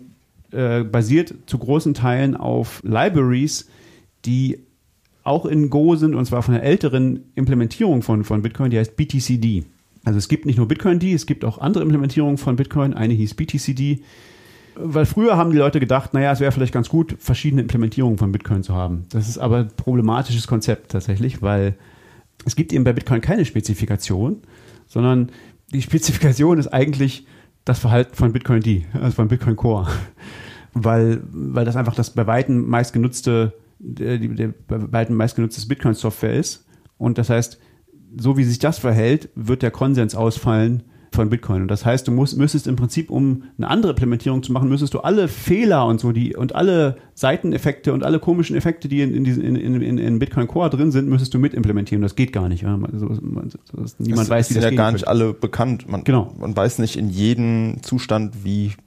basiert zu großen Teilen auf Libraries, die auch in Go sind, und zwar von einer älteren Implementierung von Bitcoin, die heißt BTCD. Also es gibt nicht nur BitcoinD, es gibt auch andere Implementierungen von Bitcoin. Eine hieß BTCD. Weil früher haben die Leute gedacht, naja, es wäre vielleicht ganz gut, verschiedene Implementierungen von Bitcoin zu haben. Das ist aber ein problematisches Konzept tatsächlich, weil es gibt eben bei Bitcoin keine Spezifikation, sondern die Spezifikation ist eigentlich das Verhalten von BitcoinD, also von Bitcoin Core. Weil das einfach das bei weitem meistgenutztes Bitcoin-Software ist. Und das heißt, so wie sich das verhält, wird der Konsens ausfallen von Bitcoin. Und das heißt, du müsstest im Prinzip, um eine andere Implementierung zu machen, müsstest du alle Fehler und so und alle Seiteneffekte und alle komischen Effekte, die in Bitcoin Core drin sind, müsstest du mit implementieren. Das geht gar nicht. Ja? Niemand weiß, wie das geht. Sind ja gar nicht alle bekannt. Man weiß nicht in jedem Zustand, wie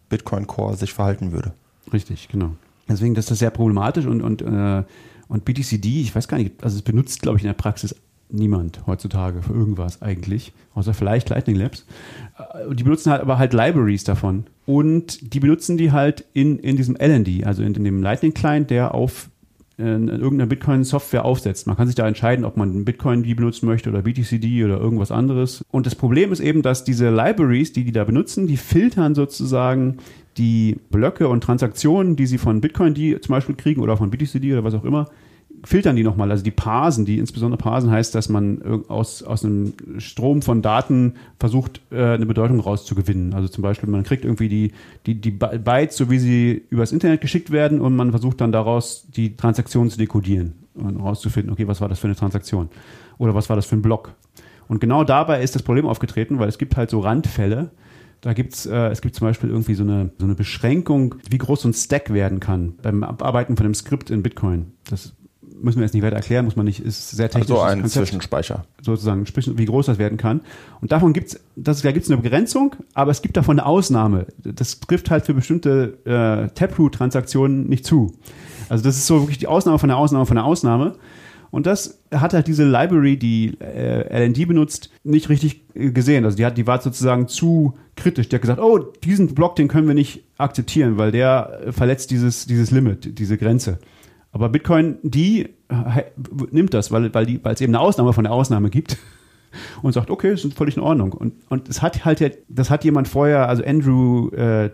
Bitcoin Core sich verhalten würde. Richtig, genau. Deswegen ist das sehr problematisch und BTCD, ich weiß gar nicht, also es benutzt, glaube ich, in der Praxis niemand heutzutage für irgendwas eigentlich, außer vielleicht Lightning Labs. Die benutzen halt aber halt Libraries davon und die benutzen die halt in diesem LND, also in dem Lightning Client, der auf irgendeine Bitcoin-Software aufsetzt. Man kann sich da entscheiden, ob man Bitcoin die benutzen möchte oder BTCD oder irgendwas anderes. Und das Problem ist eben, dass diese Libraries, die da benutzen, die filtern sozusagen die Blöcke und Transaktionen, die sie von Bitcoin, die zum Beispiel kriegen oder von BTCD oder was auch immer, filtern die nochmal. Also die parsen, die insbesondere parsen heißt, dass man aus einem Strom von Daten versucht, eine Bedeutung rauszugewinnen. Also zum Beispiel, man kriegt irgendwie die Bytes, so wie sie übers Internet geschickt werden und man versucht dann daraus die Transaktion zu dekodieren und rauszufinden, okay, was war das für eine Transaktion? Oder was war das für ein Block? Und genau dabei ist das Problem aufgetreten, weil es gibt halt so Randfälle. Es gibt zum Beispiel irgendwie so eine Beschränkung, wie groß so ein Stack werden kann beim Abarbeiten von einem Skript in Bitcoin. Das müssen wir jetzt nicht weiter erklären, muss man nicht, ist sehr technisch. Also ein Konzept, Zwischenspeicher. Sozusagen, wie groß das werden kann. Und davon da gibt's eine Begrenzung, aber es gibt davon eine Ausnahme. Das trifft halt für bestimmte Taproot-Transaktionen nicht zu. Also das ist so wirklich die Ausnahme von der Ausnahme von der Ausnahme. Und das hat halt diese Library, die LND benutzt, nicht richtig gesehen. Also die war sozusagen zu kritisch. Die hat gesagt, oh, diesen Block, den können wir nicht akzeptieren, weil der verletzt dieses Limit, diese Grenze. Aber Bitcoin, die nimmt das, weil es eben eine Ausnahme von der Ausnahme gibt und sagt, okay, das ist völlig in Ordnung. Und das hat jemand vorher, also Anthony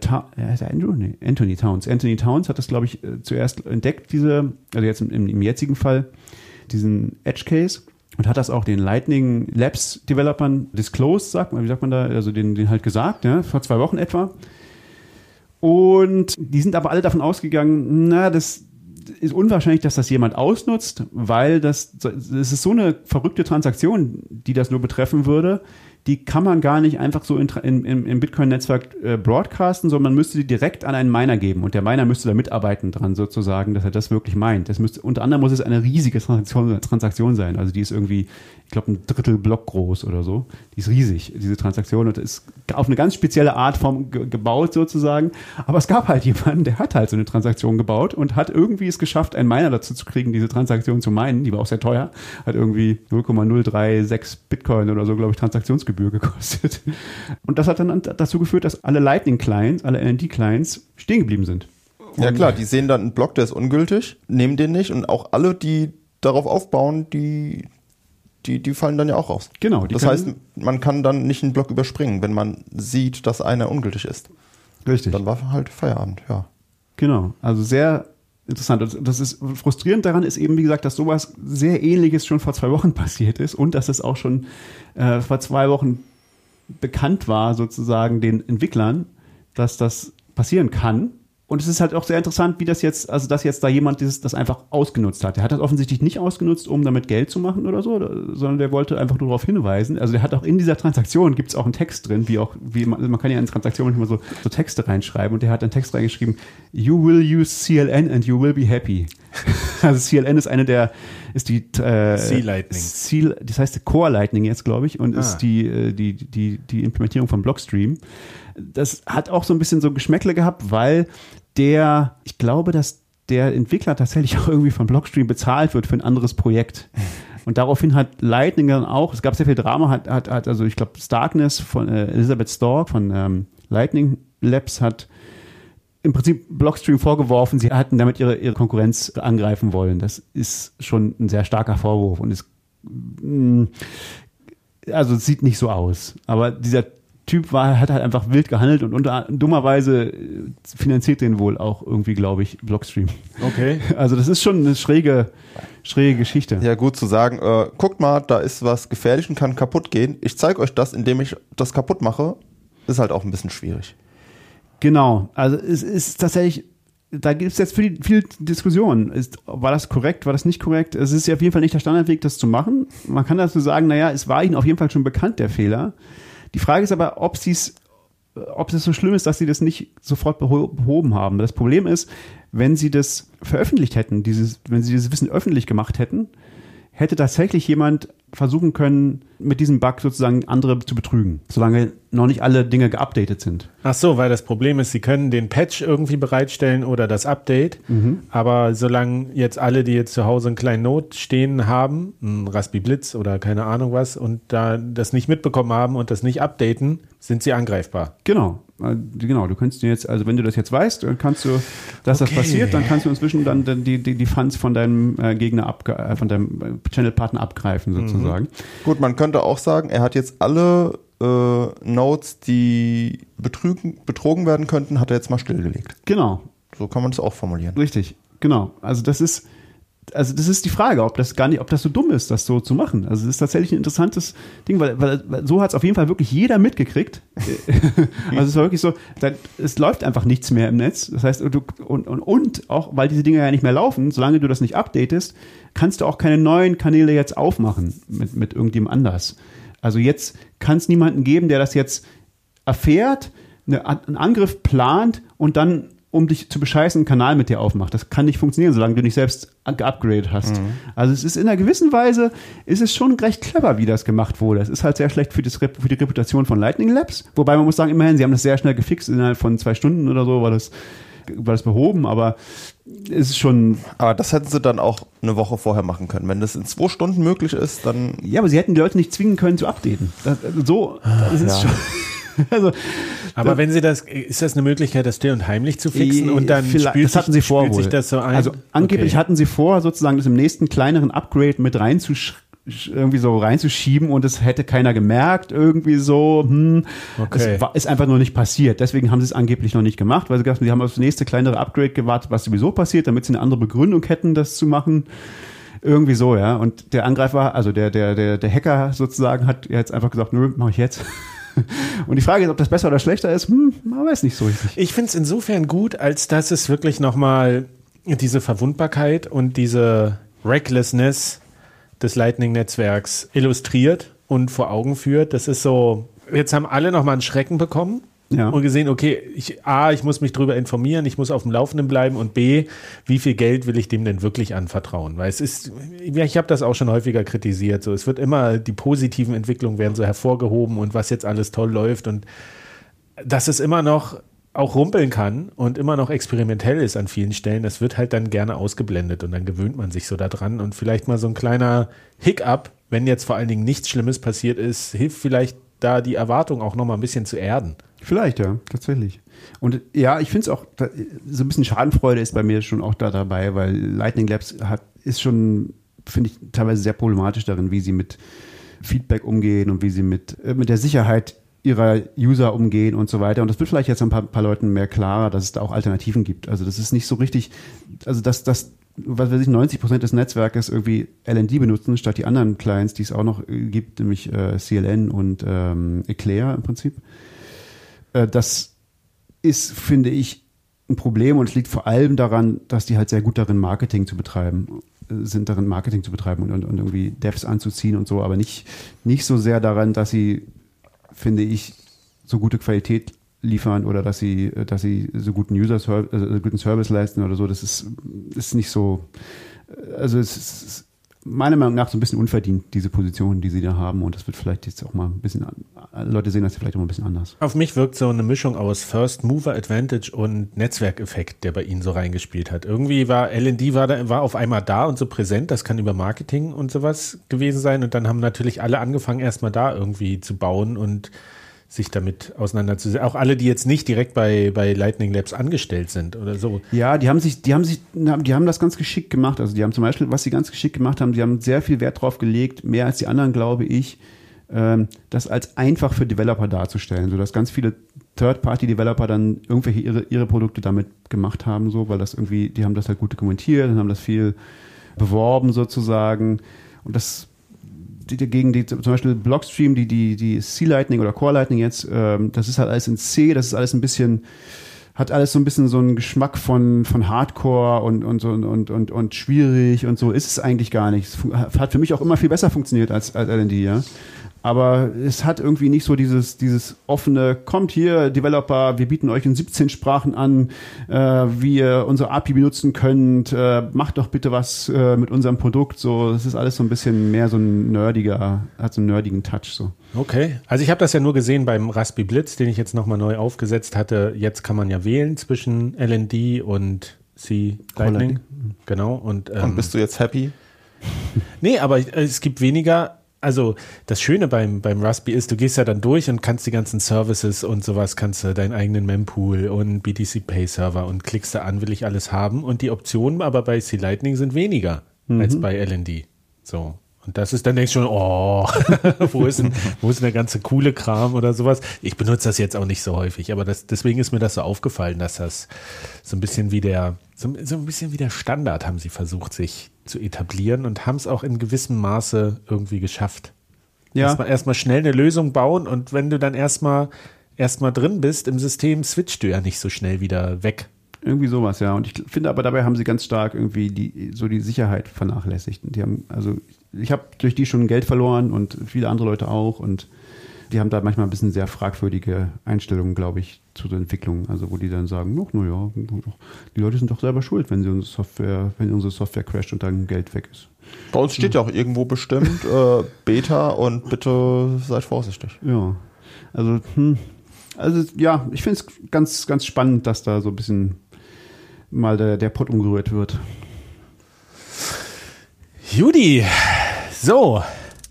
Towns hat das, glaube ich, zuerst entdeckt, also jetzt im jetzigen Fall, diesen Edge Case, und hat das auch den Lightning Labs Developern disclosed, wie sagt man da, also den halt gesagt, ja, vor 2 Wochen etwa. Und die sind aber alle davon ausgegangen, das ist unwahrscheinlich, dass das jemand ausnutzt, weil das ist so eine verrückte Transaktion, die das nur betreffen würde. Die kann man gar nicht einfach so im Bitcoin-Netzwerk broadcasten, sondern man müsste die direkt an einen Miner geben. Und der Miner müsste da mitarbeiten dran sozusagen, dass er das wirklich meint. Unter anderem muss es eine riesige Transaktion sein. Also die ist irgendwie, ich glaube, 1/3 Block groß oder so. Die ist riesig, diese Transaktion. Und ist auf eine ganz spezielle Art gebaut sozusagen. Aber es gab halt jemanden, der hat halt so eine Transaktion gebaut und hat irgendwie es geschafft, einen Miner dazu zu kriegen, diese Transaktion zu minen. Die war auch sehr teuer. Hat irgendwie 0,036 Bitcoin oder so, glaube ich, Transaktionsgebühr gekostet. Und das hat dann dazu geführt, dass alle Lightning-Clients, alle LND-Clients stehen geblieben sind. Ja klar, die sehen dann einen Block, der ist ungültig, nehmen den nicht und auch alle, die darauf aufbauen, die fallen dann ja auch raus. Genau. Das heißt, man kann dann nicht einen Block überspringen, wenn man sieht, dass einer ungültig ist. Richtig. Dann war halt Feierabend, ja. Genau, also sehr interessant. Und das ist frustrierend daran ist eben, wie gesagt, dass sowas sehr Ähnliches schon vor 2 Wochen passiert ist und dass es auch schon vor 2 Wochen bekannt war, sozusagen den Entwicklern, dass das passieren kann. Und es ist halt auch sehr interessant, dass jetzt da jemand das einfach ausgenutzt hat. Der hat das offensichtlich nicht ausgenutzt, um damit Geld zu machen oder so, sondern der wollte einfach nur darauf hinweisen. Also der hat auch in dieser Transaktion, gibt es auch einen Text drin, man kann ja in Transaktionen manchmal so Texte reinschreiben, und der hat einen Text reingeschrieben, you will use CLN and you will be happy. Also CLN ist die C-Lightning. Das heißt Core Lightning jetzt, glaube ich, und ist die Implementierung von Blockstream. Das hat auch so ein bisschen so Geschmäckle gehabt, weil ich glaube, dass der Entwickler tatsächlich auch irgendwie von Blockstream bezahlt wird für ein anderes Projekt. Und daraufhin hat Lightning dann auch, es gab sehr viel Drama, also ich glaube Starkness von Elizabeth Stork von Lightning Labs hat im Prinzip Blockstream vorgeworfen, sie hatten damit ihre Konkurrenz angreifen wollen. Das ist schon ein sehr starker Vorwurf und es sieht nicht so aus. Aber dieser Typ hat halt einfach wild gehandelt und dummerweise finanziert den wohl auch irgendwie, glaube ich, Blockstream. Okay. Also das ist schon eine schräge Geschichte. Ja, gut zu sagen, guckt mal, da ist was gefährlich und kann kaputt gehen. Ich zeige euch das, indem ich das kaputt mache, ist halt auch ein bisschen schwierig. Genau, also es ist tatsächlich, da gibt es jetzt viel Diskussion. War das korrekt, war das nicht korrekt? Es ist ja auf jeden Fall nicht der Standardweg, das zu machen. Man kann dazu sagen, naja, es war ihnen auf jeden Fall schon bekannt, der Fehler. Die Frage ist aber, ob es so schlimm ist, dass sie das nicht sofort behoben haben. Das Problem ist, wenn sie das veröffentlicht hätten, wenn sie dieses Wissen öffentlich gemacht hätten, hätte tatsächlich jemand versuchen können, mit diesem Bug sozusagen andere zu betrügen, solange noch nicht alle Dinge geupdatet sind. Ach so, weil das Problem ist, sie können den Patch irgendwie bereitstellen oder das Update, aber solange jetzt alle, die jetzt zu Hause einen kleinen Node stehen haben, ein Raspberry Blitz oder keine Ahnung was, und da das nicht mitbekommen haben und das nicht updaten, sind sie angreifbar. Genau, du könntest dir jetzt, also wenn du das jetzt weißt, dann kannst du, dass das passiert, dann kannst du inzwischen dann die Funds von deinem Gegner, von deinem Channel-Partner abgreifen sozusagen. Gut, man könnte auch sagen, er hat jetzt alle Nodes, die betrogen werden könnten, hat er jetzt mal stillgelegt. Genau. So kann man es auch formulieren. Richtig, genau. Also das ist die Frage, ob das so dumm ist, das so zu machen. Also das ist tatsächlich ein interessantes Ding, weil so hat es auf jeden Fall wirklich jeder mitgekriegt. Also es war wirklich so, es läuft einfach nichts mehr im Netz. Das heißt, und auch, weil diese Dinge ja nicht mehr laufen, solange du das nicht updatest, kannst du auch keine neuen Kanäle jetzt aufmachen mit irgendjemand anders. Also jetzt kann es niemanden geben, der das jetzt erfährt, einen Angriff plant und dann, um dich zu bescheißen, einen Kanal mit dir aufmacht. Das kann nicht funktionieren, solange du nicht selbst geupgradet hast. Also es ist in einer gewissen Weise, ist es schon recht clever, wie das gemacht wurde. Es ist halt sehr schlecht für die Reputation von Lightning Labs. Wobei man muss sagen, immerhin, sie haben das sehr schnell gefixt, innerhalb von 2 Stunden oder so war das behoben, aber es ist schon... Aber das hätten sie dann auch eine Woche vorher machen können. Wenn das in 2 Stunden möglich ist, dann... Ja, aber sie hätten die Leute nicht zwingen können zu updaten. Das ist schon... Also, aber wenn sie ist das eine Möglichkeit, das still und heimlich zu fixen und dann das hatten sie vor, sich das so ein? Also angeblich hatten sie vor, sozusagen das im nächsten kleineren Upgrade mit irgendwie so reinzuschieben und es hätte keiner gemerkt, irgendwie so. Okay. Es ist einfach noch nicht passiert. Deswegen haben sie es angeblich noch nicht gemacht, weil sie gesagt haben, sie haben auf das nächste kleinere Upgrade gewartet, was sowieso passiert, damit sie eine andere Begründung hätten, das zu machen. Irgendwie so, ja. Und der Angreifer, also der Hacker sozusagen, hat jetzt einfach gesagt, nö, mach ich jetzt. Und die Frage ist, ob das besser oder schlechter ist, man weiß nicht so richtig. Ich finde es insofern gut, als dass es wirklich nochmal diese Verwundbarkeit und diese Recklessness des Lightning-Netzwerks illustriert und vor Augen führt. Das ist so, jetzt haben alle nochmal einen Schrecken bekommen. Ja. Und gesehen, okay, ich muss mich drüber informieren, ich muss auf dem Laufenden bleiben und B, wie viel Geld will ich dem denn wirklich anvertrauen? Weil ich habe das auch schon häufiger kritisiert, so, es wird immer, die positiven Entwicklungen werden so hervorgehoben und was jetzt alles toll läuft und dass es immer noch auch rumpeln kann und immer noch experimentell ist an vielen Stellen, das wird halt dann gerne ausgeblendet und dann gewöhnt man sich so daran und vielleicht mal so ein kleiner Hiccup, wenn jetzt vor allen Dingen nichts Schlimmes passiert ist, hilft vielleicht da die Erwartung auch nochmal ein bisschen zu erden. Vielleicht, ja, tatsächlich. Und ja, ich finde es auch, so ein bisschen Schadenfreude ist bei mir schon auch da dabei, weil Lightning Labs ist schon, finde ich, teilweise sehr problematisch darin, wie sie mit Feedback umgehen und wie sie mit der Sicherheit ihrer User umgehen und so weiter. Und das wird vielleicht jetzt ein paar Leuten mehr klarer, dass es da auch Alternativen gibt. Also das ist nicht so richtig, also was weiß ich, 90% des Netzwerkes irgendwie LND benutzen, statt die anderen Clients, die es auch noch gibt, nämlich CLN und Eclair im Prinzip. Das ist, finde ich, ein Problem und es liegt vor allem daran, dass die halt sehr gut darin Marketing zu betreiben und irgendwie Devs anzuziehen und so, aber nicht so sehr daran, dass sie, finde ich, so gute Qualität liefern oder dass sie so guten guten Service leisten oder so. Das ist nicht so, also es ist meiner Meinung nach so ein bisschen unverdient, diese Position, die sie da haben, und das wird vielleicht jetzt auch mal ein bisschen, Leute sehen das vielleicht auch mal ein bisschen anders. Auf mich wirkt so eine Mischung aus First Mover Advantage und Netzwerkeffekt, der bei ihnen so reingespielt hat. Irgendwie war LND war auf einmal da und so präsent, das kann über Marketing und sowas gewesen sein, und dann haben natürlich alle angefangen, erstmal da irgendwie zu bauen und sich damit auseinanderzusetzen. Auch alle, die jetzt nicht direkt bei Lightning Labs angestellt sind oder so. Ja, die haben das ganz geschickt gemacht. Also die haben zum Beispiel, was sie ganz geschickt gemacht haben, die haben sehr viel Wert drauf gelegt, mehr als die anderen, glaube ich, das als einfach für Developer darzustellen, sodass ganz viele Third-Party-Developer dann irgendwelche ihre Produkte damit gemacht haben, so, weil das irgendwie, die haben das halt gut dokumentiert und haben das viel beworben sozusagen, und das gegen zum Beispiel Blockstream, die C-Lightning oder Core-Lightning jetzt, das ist halt alles in C, das ist alles ein bisschen, hat alles so ein bisschen so einen Geschmack von Hardcore und schwierig und so ist es eigentlich gar nicht. Es hat für mich auch immer viel besser funktioniert als LND, ja. Aber es hat irgendwie nicht so dieses offene, kommt hier, Developer, wir bieten euch in 17 Sprachen an, wie ihr unsere API benutzen könnt, macht doch bitte was mit unserem Produkt. So, das ist alles so ein bisschen mehr so ein hat so einen nerdigen Touch. So. Okay, also ich habe das ja nur gesehen beim Raspberry Blitz, den ich jetzt nochmal neu aufgesetzt hatte. Jetzt kann man ja wählen zwischen LND und C Lightning. Genau. Und bist du jetzt happy? Nee, aber es gibt weniger. Also das Schöne beim Raspberry ist, du gehst ja dann durch und kannst die ganzen Services und sowas, kannst du deinen eigenen Mempool und BTC Pay Server und klickst da an, will ich alles haben. Und die Optionen aber bei C Lightning sind weniger als bei LND. So. Und das ist dann denkst du schon, wo ist denn der ganze coole Kram oder sowas? Ich benutze das jetzt auch nicht so häufig, aber deswegen ist mir das so aufgefallen, dass das so ein bisschen wie der Standard haben sie versucht, sich zu etablieren und haben es auch in gewissem Maße irgendwie geschafft. Ja. Erstmal schnell eine Lösung bauen und wenn du dann erstmal drin bist im System, switchst du ja nicht so schnell wieder weg. Irgendwie sowas, ja. Und ich finde aber dabei haben sie ganz stark irgendwie die Sicherheit vernachlässigt. Und ich habe durch die schon Geld verloren und viele andere Leute auch und die haben da manchmal ein bisschen sehr fragwürdige Einstellungen, glaube ich, zu der Entwicklung. Also wo die dann sagen, naja, die Leute sind doch selber schuld, wenn unsere Software crasht und dann Geld weg ist. Bei uns steht ja auch irgendwo bestimmt Beta und bitte seid vorsichtig. Ja, also ja, ich finde es ganz, ganz spannend, dass da so ein bisschen mal der Pott umgerührt wird. Judy, so.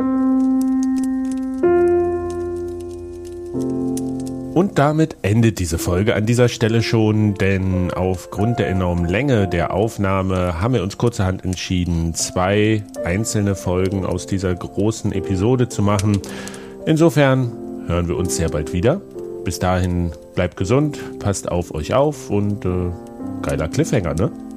Und damit endet diese Folge an dieser Stelle schon, denn aufgrund der enormen Länge der Aufnahme haben wir uns kurzerhand entschieden, 2 einzelne Folgen aus dieser großen Episode zu machen. Insofern hören wir uns sehr bald wieder. Bis dahin bleibt gesund, passt auf euch auf und geiler Cliffhanger, ne?